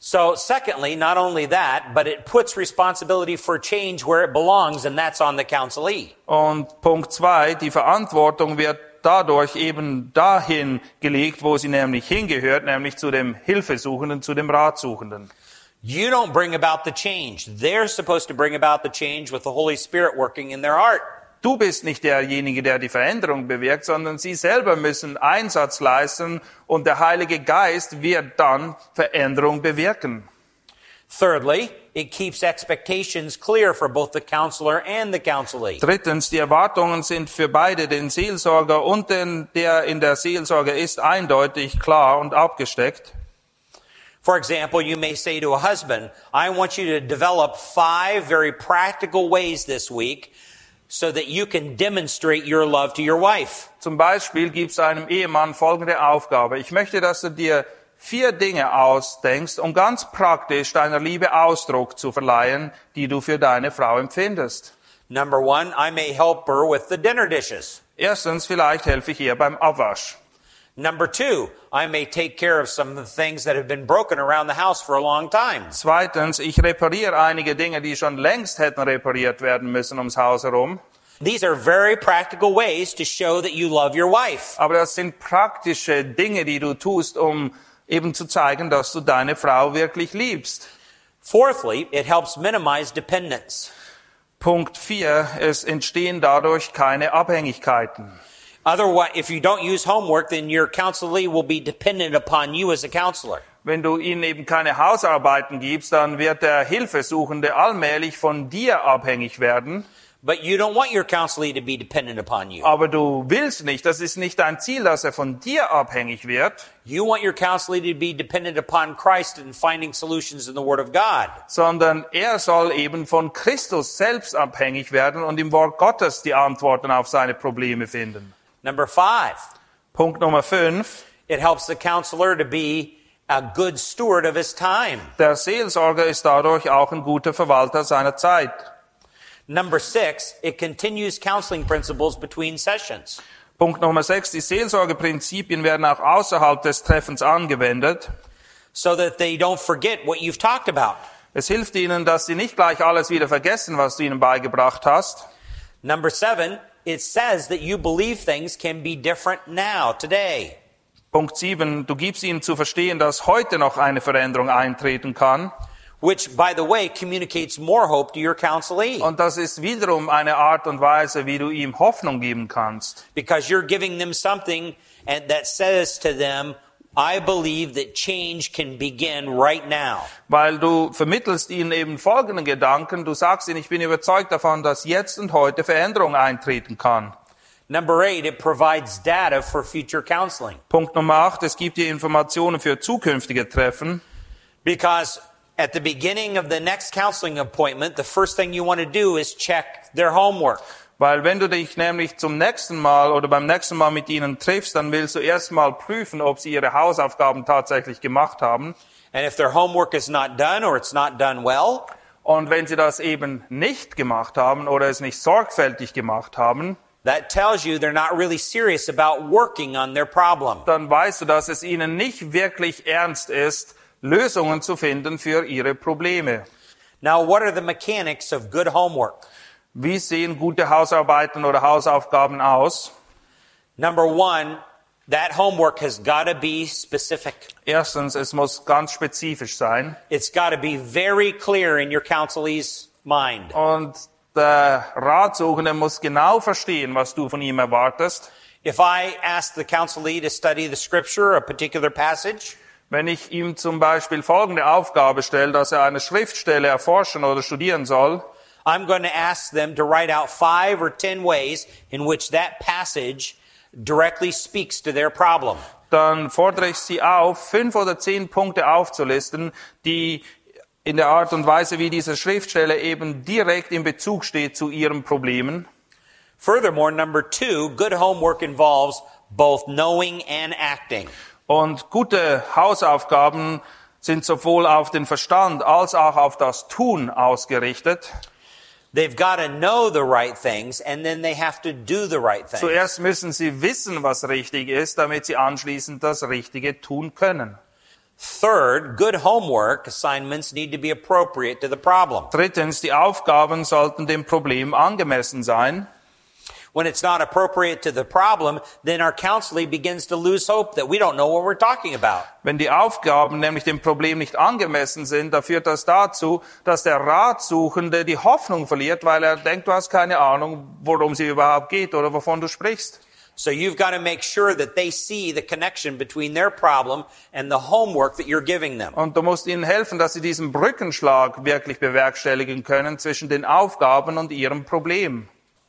So secondly, not only that, but it puts responsibility for change where it belongs, and that's on the counselee. Und Punkt zwei, die Verantwortung wird dadurch eben dahin gelegt, wo sie nämlich hingehört, nämlich zu dem Hilfesuchenden, zu dem Ratsuchenden. You don't bring about the change. They're supposed to bring about the change with the Holy Spirit working in their heart. Du bist nicht derjenige, der die Veränderung bewirkt, sondern sie selber müssen Einsatz leisten und der Heilige Geist wird dann Veränderung bewirken. Thirdly, it keeps expectations clear for both the counselor and the counselee. Drittens, die Erwartungen sind für beide, den Seelsorger und den, der in der Seelsorge ist, eindeutig klar und abgesteckt. For example, you may say to a husband, I want you to develop five very practical ways this week so that you can demonstrate your love to your wife. Zum Beispiel gibst einem Ehemann folgende Aufgabe. Ich möchte, dass du dir vier Dinge ausdenkst, um ganz praktisch deiner Liebe Ausdruck zu verleihen, die du für deine Frau empfindest. Number one, I may help her with the dinner dishes. Erstens, vielleicht helfe ich ihr beim Abwasch. Number two, I may take care of some of the things that have been broken around the house for a long time. Zweitens, ich repariere einige Dinge, die schon längst hätten repariert werden müssen ums Haus herum. These are very practical ways to show that you love your wife. Aber das sind praktische Dinge, die du tust, um eben zu zeigen, dass du deine Frau wirklich liebst. Fourthly, it helps minimize dependence. Punkt vier, es entstehen dadurch keine Abhängigkeiten. Otherwise, if you don't use homework, then your counselee will be dependent upon you as a counselor. Wenn du ihnen eben keine Hausarbeiten gibst, dann wird der Hilfesuchende allmählich von dir abhängig werden. But you don't want your counselee to be dependent upon you. Aber du willst nicht, das ist nicht dein Ziel, dass er von dir abhängig wird. You want your counselee to be dependent upon Christ and finding solutions in the Word of God. Sondern er soll eben von Christus selbst abhängig werden und im Wort Gottes die Antworten auf seine Probleme finden. Number five, Punkt Nummer fünf. it helps the counselor to be a good steward of his time. Der Seelsorger ist dadurch auch ein guter Verwalter seiner Zeit. Number six, it continues counseling principles between sessions. Punkt Nummer sechs. Die Seelsorgeprinzipien werden auch außerhalb des Treffens angewendet. So that they don't forget what you've talked about. Es hilft ihnen, dass sie nicht gleich alles wieder vergessen, was du ihnen beigebracht hast. Number seven, it says that you believe things can be different now, today. Punkt sieben. Du gibst ihnen zu verstehen, dass heute noch eine Veränderung eintreten kann. Which, by the way, communicates more hope to your counselee. Und das ist wiederum eine Art und Weise, wie du ihm Hoffnung geben kannst. Because you're giving them something and that says to them, I believe that change can begin right now. Weil du vermittelst ihnen eben folgenden Gedanken. Du sagst ihnen, ich bin überzeugt davon, dass jetzt und heute Veränderung eintreten kann. Number eight, it provides data for future counseling. Punkt Nummer acht. Es gibt dir Informationen für zukünftige Treffen. Because at the beginning of the next counseling appointment, the first thing you want to do is check their homework. Weil wenn du dich nämlich zum nächsten Mal oder beim nächsten Mal mit ihnen triffst, dann willst du erst mal prüfen, ob sie ihre Hausaufgaben tatsächlich gemacht haben. And if their homework is not done or it's not done well, Und wenn sie das eben nicht gemacht haben oder es nicht sorgfältig gemacht haben, that tells you they're not really serious about working on their problem. dann weißt du, dass es ihnen nicht wirklich ernst ist, Lösungen zu finden für ihre Probleme. Now, what are the mechanics of good homework? Wie sehen gute Hausarbeiten oder Hausaufgaben aus? Number one, that homework has got to be specific. Erstens, es muss ganz spezifisch sein. It's got to be very clear in your counselee's mind. Und der Ratsuchende muss genau verstehen, was du von ihm erwartest. If I ask the counselee to study the scripture, a particular passage, Wenn ich ihm zum Beispiel folgende Aufgabe stelle, dass er eine Schriftstelle erforschen oder studieren soll, I'm going to ask them to write out five or ten ways in which that passage directly speaks to their problem. dann fordere ich sie auf, fünf oder zehn Punkte aufzulisten, die in der Art und Weise, wie diese Schriftstelle eben direkt in Bezug steht zu ihren Problemen. Furthermore, number two, good homework involves both knowing and acting. Und gute Hausaufgaben sind sowohl auf den Verstand als auch auf das Tun ausgerichtet. They've got to know the right things, and then they have to do the right things. Zuerst müssen sie wissen, was richtig ist, damit sie anschließend das Richtige tun können. Third, good homework assignments need to be appropriate to the problem. Drittens, die Aufgaben sollten dem Problem angemessen sein. When it's not appropriate to the problem, then our counseling begins to lose hope that we don't know what we're talking about. Wenn die Aufgaben nämlich dem Problem nicht angemessen sind, dann führt das dazu, dass der Ratsuchende die Hoffnung verliert, weil er denkt, du hast keine Ahnung, worum es überhaupt geht oder wovon du sprichst. So you've got to make sure that they see the connection between their problem and the homework that you're giving them. Und du musst ihnen helfen, dass sie diesen Brückenschlag wirklich bewerkstelligen können zwischen den Aufgaben und ihrem Problem.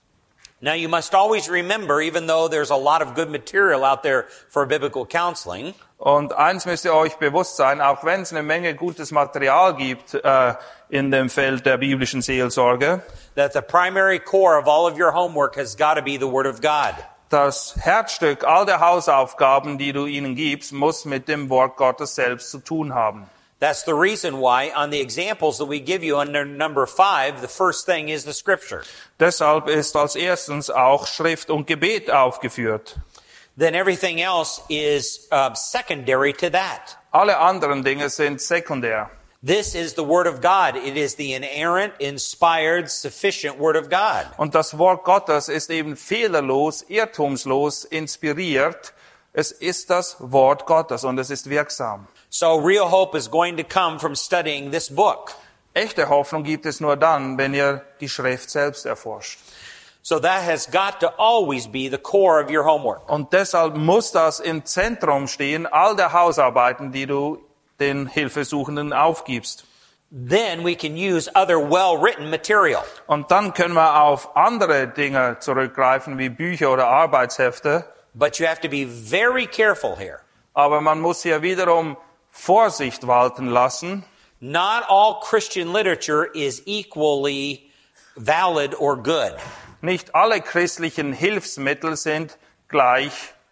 Now you must always remember, even though there's a lot of good material out there for biblical counseling, Und eins müsst ihr euch bewusst sein, auch wenn es eine Menge gutes Material gibt äh, in dem Feld der biblischen Seelsorge, that the primary core of all of your homework has got to be the Word of God. das Herzstück all der Hausaufgaben, die du ihnen gibst, muss mit dem Wort Gottes selbst zu tun haben. That's the reason why on the examples that we give you under number five, the first thing is the Scripture. Deshalb ist als erstens auch Schrift und Gebet aufgeführt. Then everything else is uh, secondary to that. Alle anderen Dinge sind sekundär. This is the Word of God. It is the inerrant, inspired, sufficient Word of God. Und das Wort Gottes ist eben fehlerlos, irrtumslos, inspiriert. Es ist das Wort Gottes und es ist wirksam. So real hope is going to come from studying this book. Echte Hoffnung gibt es nur dann, wenn ihr die Schrift selbst erforscht. So that has got to always be the core of your homework. Und deshalb muss das im Zentrum stehen, all der Hausarbeiten, die du den Hilfesuchenden aufgibst. Then we can use other well-written material. Und dann können wir auf andere Dinge zurückgreifen, wie Bücher oder Arbeitshefte. But you have to be very careful here. Aber man muss hier wiederum Vorsicht walten lassen. Not all Christian literature is equally valid or good. Nicht alle christlichen Hilfsmittel sind gleich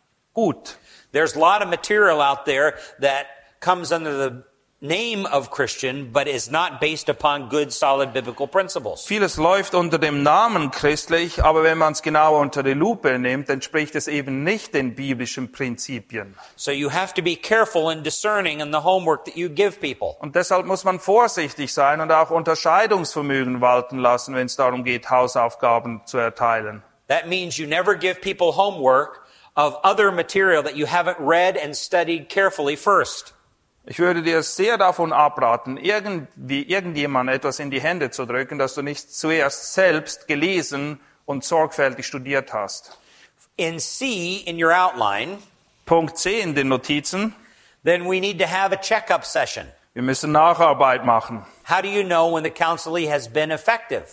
gut. There's a lot of material out there that comes under the name of Christian, but is not based upon good, solid biblical principles. Vieles läuft unter dem Namen christlich, aber wenn man es genau unter die Lupe nimmt, entspricht es eben nicht den biblischen Prinzipien. So you have to be careful in discerning in the homework that you give people. Und deshalb muss man vorsichtig sein und auch Unterscheidungsvermögen walten lassen, wenn es darum geht, Hausaufgaben zu erteilen. That means you never give people homework of other material that you haven't read and studied carefully first. Ich würde dir sehr davon abraten, irgendwie irgendjemand etwas in die Hände zu drücken, das du nicht zuerst selbst gelesen und sorgfältig studiert hast. In C, in your outline, Punkt C in den Notizen. then we need to have a checkup session. Wir müssen Nacharbeit machen. How do you know when the counseling has been effective?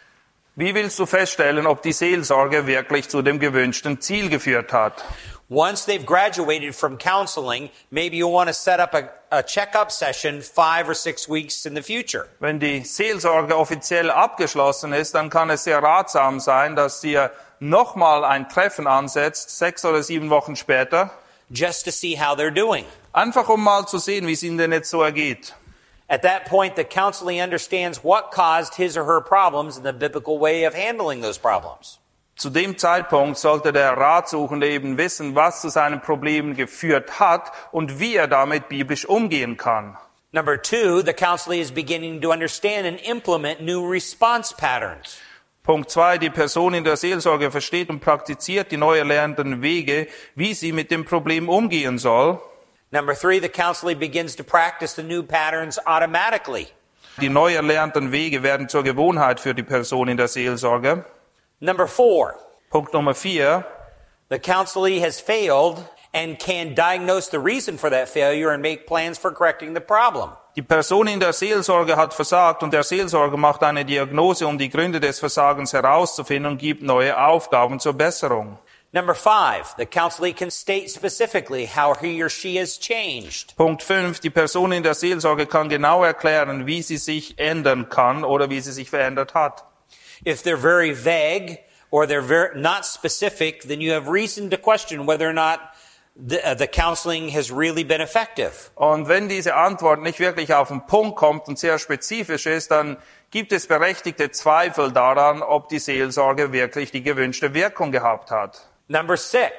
Wie willst du feststellen, ob die Seelsorge wirklich zu dem gewünschten Ziel geführt hat? Once they've graduated from counseling, maybe you want to set up a, a checkup session five or six weeks in the future. Wenn die Seelsorge offiziell abgeschlossen ist, dann kann es sehr ratsam sein, dass ihr nochmal ein Treffen ansetzt, sechs oder sieben Wochen später, just to see how they're doing. einfach um mal zu sehen, wie es ihnen denn jetzt so ergeht. At that point, the counseling understands what caused his or her problems and the biblical way of handling those problems. Zu dem Zeitpunkt sollte der Ratsuchende eben wissen, was zu seinen Problemen geführt hat und wie er damit biblisch umgehen kann. Number two, the counselee is beginning to understand and implement new response patterns. Punkt zwei, die Person in der Seelsorge versteht und praktiziert die neu erlernten Wege, wie sie mit dem Problem umgehen soll. Number three, the counselee begins to practice the new patterns automatically. Die neu erlernten Wege werden zur Gewohnheit für die Person in der Seelsorge. Number four, Punkt Nummer vier, the counselee has failed and can diagnose the reason for that failure and make plans for correcting the problem. die Person in der Seelsorge hat versagt und der Seelsorger macht eine Diagnose, um die Gründe des Versagens herauszufinden und gibt neue Aufgaben zur Besserung. Number five, the counselee can state specifically how he or she has changed. Punkt fünf, die Person in der Seelsorge kann genau erklären, wie sie sich ändern kann oder wie sie sich verändert hat. If they're very vague or they're very not specific, then you have reason to question whether or not the, uh, the counseling has really been effective. Und wenn diese Antwort nicht wirklich auf den Punkt kommt und sehr spezifisch ist, dann gibt es berechtigte Zweifel daran, ob die Seelsorge wirklich die gewünschte Wirkung gehabt hat. Number six,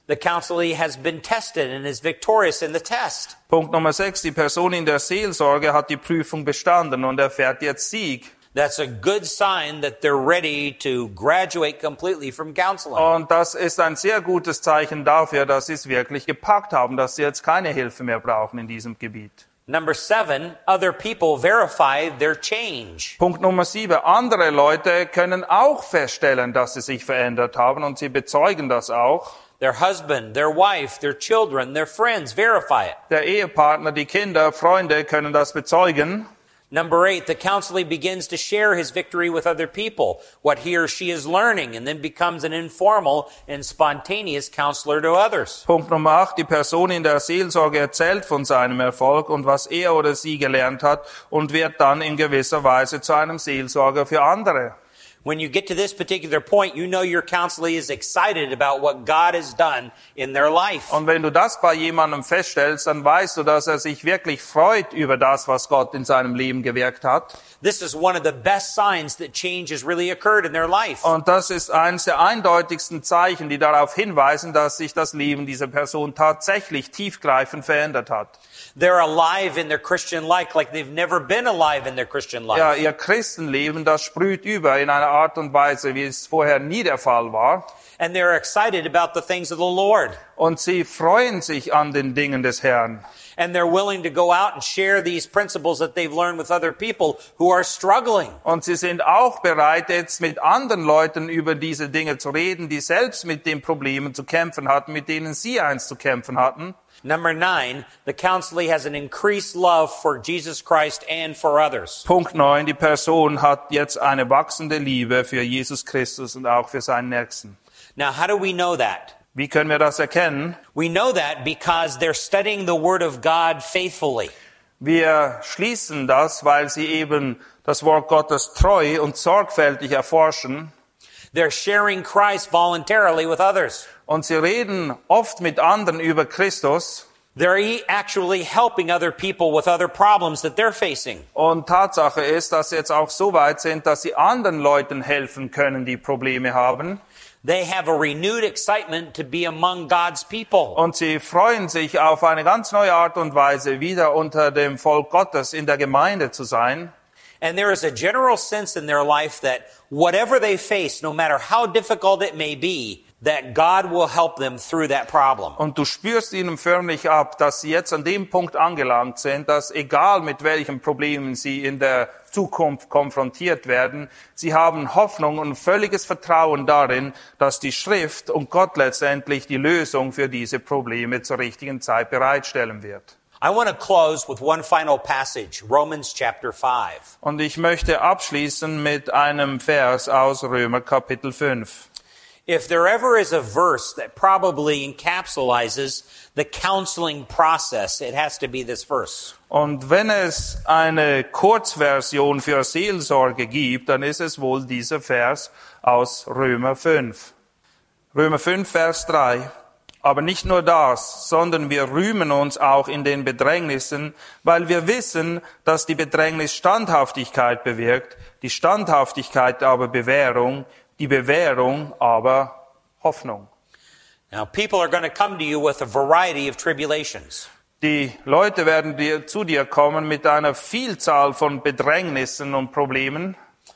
The counselee has been tested and is victorious in the test. Punkt Nummer sechs, die Person in der Seelsorge hat die Prüfung bestanden und erfährt jetzt Sieg. That's a good sign that they're ready to graduate completely from counseling. Und das ist ein sehr gutes Zeichen dafür, dass sie es wirklich gepackt haben, dass sie jetzt keine Hilfe mehr brauchen in diesem Gebiet. Number seven, other people verify their change. Punkt Nummer sieben, andere Leute können auch feststellen, dass sie sich verändert haben und sie bezeugen das auch. Their husband, their wife, their children, their friends verify it. Der Ehepartner, die Kinder, Freunde können das bezeugen. Number eight, the counselee begins to share his victory with other people, what he or she is learning, and then becomes an informal and spontaneous counselor to others. Punkt Nummer acht, die Person in der Seelsorge erzählt von seinem Erfolg und was er oder sie gelernt hat und wird dann in gewisser Weise zu einem Seelsorger für andere. When you get to this particular point, you know your counselee is excited about what God has done in their life. Und wenn du das bei jemandem feststellst, dann weißt du, dass er sich wirklich freut über das, was Gott in seinem Leben gewirkt hat. This is one of the best signs that change has really occurred in their life. Und das ist eines der eindeutigsten Zeichen, die darauf hinweisen, dass sich das Leben dieser Person tatsächlich tiefgreifend verändert hat. They're alive in their Christian life like they've never been alive in their Christian life. Ja, ihr Christenleben, das sprüht über in einer Art und Weise, wie es vorher nie der Fall war. And they're excited about the things of the Lord. Und sie freuen sich an den Dingen des Herrn. And they're willing to go out and share these principles that they've learned with other people who are struggling. Und sie sind auch bereit, jetzt mit anderen Leuten über diese Dinge zu reden, die selbst mit den Problemen zu kämpfen hatten, mit denen sie einst zu kämpfen hatten. Number nine, the counselee has an increased love for Jesus Christ and for others. Punkt neun, die Person hat jetzt eine wachsende Liebe für Jesus Christus und auch für seinen Nächsten. Now, how do we know that? Wie können wir das erkennen? We know that because they're studying the Word of God faithfully. Wir schließen das, weil sie eben das Wort Gottes treu und sorgfältig erforschen. They're sharing Christ voluntarily with others. Und sie reden oft mit anderen über Christus. They're e- actually helping other people with other problems that they're facing. Und Tatsache ist, dass sie jetzt auch so weit sind, dass sie anderen Leuten helfen können, die Probleme haben. They have a renewed excitement to be among God's people. Und sie freuen sich auf eine ganz neue Art und Weise, wieder unter dem Volk Gottes in der Gemeinde zu sein. And there is a general sense in their life that whatever they face, no matter how difficult it may be, that God will help them through that problem. Und du spürst ihnen förmlich ab, dass sie jetzt an dem Punkt angelangt sind, dass egal mit welchen Problemen sie in der Zukunft konfrontiert werden, sie haben Hoffnung und völliges Vertrauen darin, dass die Schrift und Gott letztendlich die Lösung für diese Probleme zur richtigen Zeit bereitstellen wird. I want to close with one final passage, Romans chapter five. Und ich möchte abschließen mit einem Vers aus Römer Kapitel fünf. If there ever is a verse that probably encapsulates the counseling process, it has to be this verse. Und wenn es eine Kurzversion für Seelsorge gibt, dann ist es wohl dieser Vers aus Römer fünf. Römer fünf, Vers drei. Aber nicht nur das, sondern wir rühmen uns auch in den Bedrängnissen, weil wir wissen, dass die Bedrängnis Standhaftigkeit bewirkt, die Standhaftigkeit aber Bewährung, die Bewährung aber Hoffnung. Now, people are going to come to you with a variety of tribulations. Die Leute werden dir, zu dir kommen mit einer Vielzahl von Bedrängnissen und Problemen.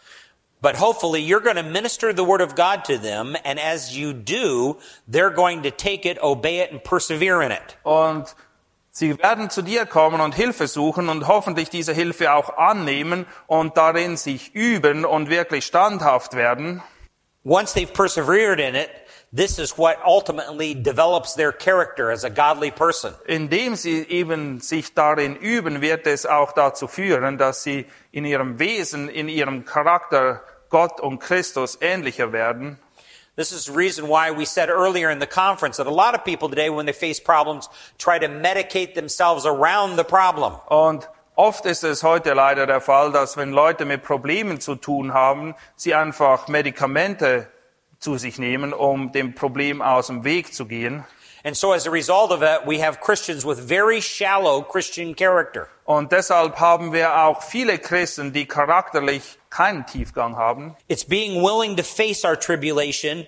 But hopefully you're going to minister the Word of God to them, and as you do, they're going to take it, obey it, and persevere in it. Und sie werden zu dir kommen und Hilfe suchen und hoffentlich diese Hilfe auch annehmen und darin sich üben und wirklich standhaft werden. Once they've persevered in it, this is what ultimately develops their character as a godly person. Indem sie eben sich darin üben, wird es auch dazu führen, dass sie in ihrem Wesen, in ihrem Charakter Gott und Christus ähnlicher werden. This is the reason why we said earlier in the conference that a lot of people today, when they face problems, try to medicate themselves around the problem. Und oft ist es heute leider der Fall, dass wenn Leute mit Problemen zu tun haben, sie einfach Medikamente zu sich nehmen, um dem Problem aus dem Weg zu gehen. And so as a result of it, we have Christians with very shallow Christian character. Und deshalb haben wir auch viele Christen, die charakterlich keinen Tiefgang haben. It's being willing to face our tribulation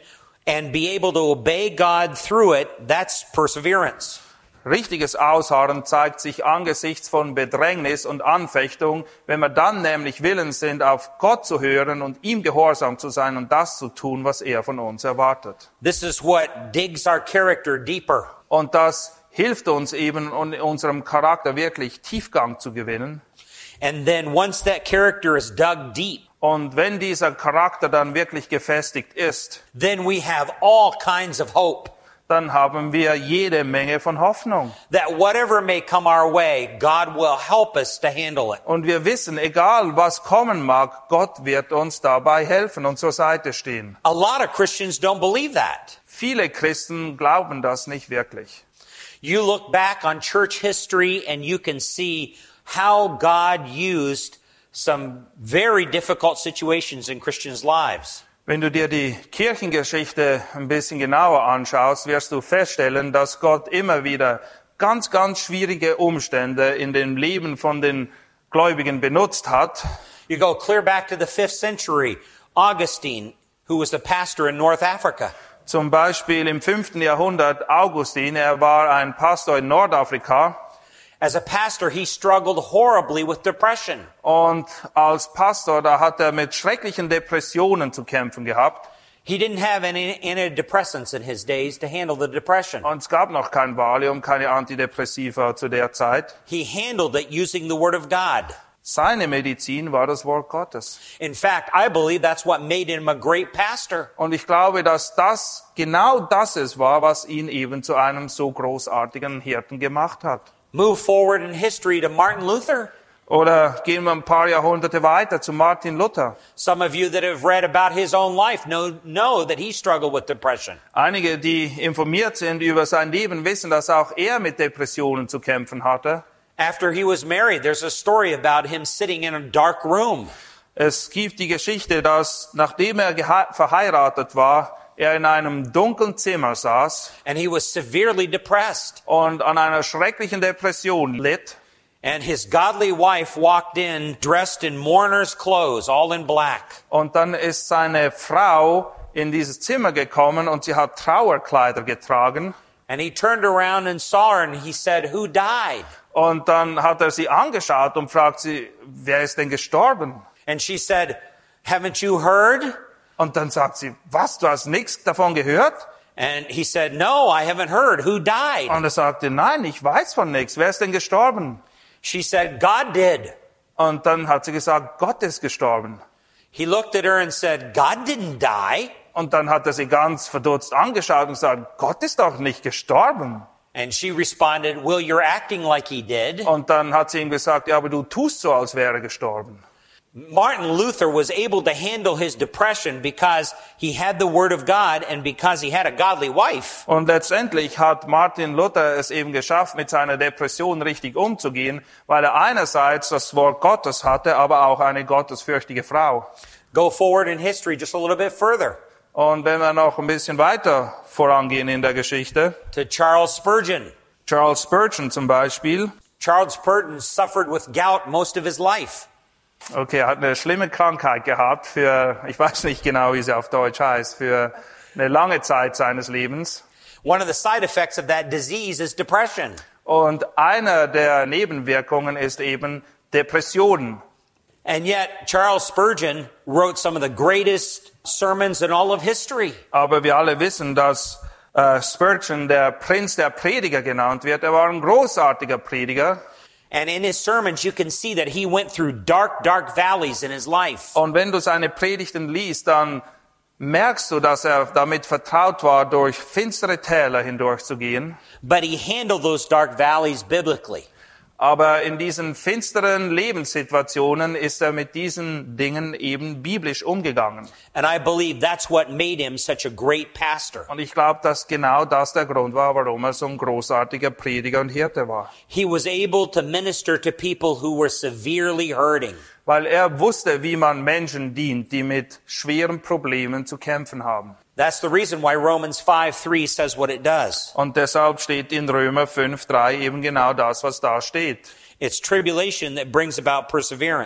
and be able to obey God through it, that's perseverance. Richtiges Ausharren zeigt sich angesichts von Bedrängnis und Anfechtung, wenn wir dann nämlich willens sind, auf Gott zu hören und ihm gehorsam zu sein und das zu tun, was er von uns erwartet. This is what digs our character deeper. Und das hilft uns eben, in unserem Charakter wirklich Tiefgang zu gewinnen. And then once that character is dug deep, Und wenn dieser Charakter dann wirklich gefestigt ist, then we have all kinds of hope. dann haben wir jede Menge von Hoffnung. That whatever may come our way, God will help us to handle it. Und wir wissen, egal was kommen mag, Gott wird uns dabei helfen und zur Seite stehen. A lot of Christians don't believe that. Viele Christen glauben das nicht wirklich. You look back on church history and you can see how God used some very difficult situations in Christians' lives. Wenn du dir die Kirchengeschichte ein bisschen genauer anschaust, wirst du feststellen, dass Gott immer wieder ganz, ganz schwierige Umstände in dem Leben von den Gläubigen benutzt hat. You go clear back to the fifth century, Augustine, who was the pastor in North Africa. Zum Beispiel im fünften Jahrhundert Augustin, er war ein Pastor in Nordafrika. As a pastor, he struggled horribly with depression. Und als Pastor, da hat er mit schrecklichen Depressionen zu kämpfen gehabt. He didn't have any antidepressants in his days to handle the depression. Und es gab noch kein Valium, keine Antidepressiva zu der Zeit. He handled it using the Word of God. Seine Medizin war das Wort Gottes. In fact, I believe that's what made him a great pastor. Und ich glaube, dass das genau das es war, was ihn eben zu einem so großartigen Hirten gemacht hat. Move forward in history to Martin Luther. Oder gehen wir ein paar Jahrhunderte weiter zu Martin Luther. Some of you that have read about his own life know, know that he struggled with depression. Einige, die informiert sind über sein Leben, wissen, dass auch er mit Depressionen zu kämpfen hatte. After he was married, there's a story about him sitting in a dark room. Es gibt die Geschichte, dass nachdem er gehe- verheiratet war, er in einem dunklen Zimmer saß And he was severely depressed. und an einer schrecklichen Depression litt. And his godly wife walked in dressed in mourner's clothes, all in black. Und dann ist seine Frau in dieses Zimmer gekommen und sie hat Trauerkleider getragen. And he turned around and saw her and he said, "Who died?" Und dann hat er sie angeschaut und fragt sie, wer ist denn gestorben? And she said, "Haven't you heard?" Und dann sagt sie, was, du hast nichts davon gehört? And he said, "No, I haven't heard. Who died?" Und er sagte, nein, ich weiß von nichts. Wer ist denn gestorben? She said, "God did." Und dann hat sie gesagt, Gott ist gestorben. He looked at her and said, "God didn't die." Und dann hat er sie ganz verdutzt angeschaut und gesagt, Gott ist doch nicht gestorben. And she responded, "Well, you're acting like he did." Und dann hat sie ihm gesagt, ja, aber du tust so, als wäre er gestorben. Martin Luther was able to handle his depression because he had the Word of God and because he had a godly wife. Und letztendlich hat Martin Luther es eben geschafft, mit seiner Depression richtig umzugehen, weil er einerseits das Wort Gottes hatte, aber auch eine gottesfürchtige Frau. Go forward in history just a little bit further Und wenn wir noch ein bisschen weiter vorangehen in der Geschichte, to Charles Spurgeon. Charles Spurgeon zum Beispiel, Charles Spurgeon suffered with gout most of his life. okay, er hat eine schlimme Krankheit gehabt für, ich weiß nicht genau, wie sie auf Deutsch heißt, für eine lange Zeit seines Lebens. One of the side effects of that disease is depression. Und einer der Nebenwirkungen ist eben Depressionen. And yet, Charles Spurgeon wrote some of the greatest sermons in all of history. Aber wir alle wissen, dass äh, Spurgeon der Prinz der Prediger genannt wird. Er war ein großartiger Prediger. And in his sermons, you can see that he went through dark, dark valleys in his life. Und wenn du seine Predigten liest, dann merkst du, dass er damit vertraut war, durch finstere Täler hindurchzugehen. But he handled those dark valleys biblically. Aber in diesen finsteren Lebenssituationen ist er mit diesen Dingen eben biblisch umgegangen. And I believe that's what made him such a great pastor. Und ich glaube, dass genau das der Grund war, warum er so ein großartiger Prediger und Hirte war. He was able to minister to people who were severely hurting. Weil er wusste, wie man Menschen dient, die mit schweren Problemen zu kämpfen haben. That's the reason why Romans five three says what it does. Und deshalb steht in Römer fünf drei eben genau das, was da steht. It's tribulation that brings about perseverance.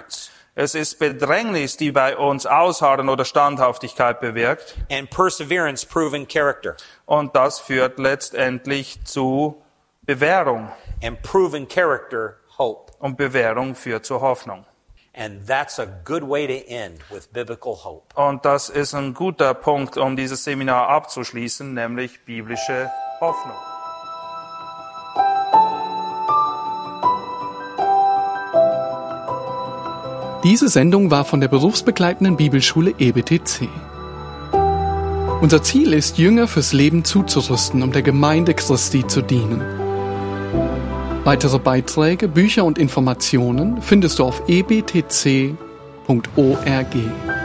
Es ist Bedrängnis, die bei uns Ausharren oder Standhaftigkeit bewirkt. And perseverance, proven character. Und das führt letztendlich zu Bewährung. And proven character, hope. Und Bewährung führt zur Hoffnung. And that's a good way to end with biblical hope. Und das ist ein guter Punkt, um dieses Seminar abzuschließen, nämlich biblische Hoffnung. Diese Sendung war von der berufsbegleitenden Bibelschule E B T C. Unser Ziel ist, Jünger fürs Leben zuzurüsten, um der Gemeinde Christi zu dienen. Weitere Beiträge, Bücher und Informationen findest du auf e b t c punkt org.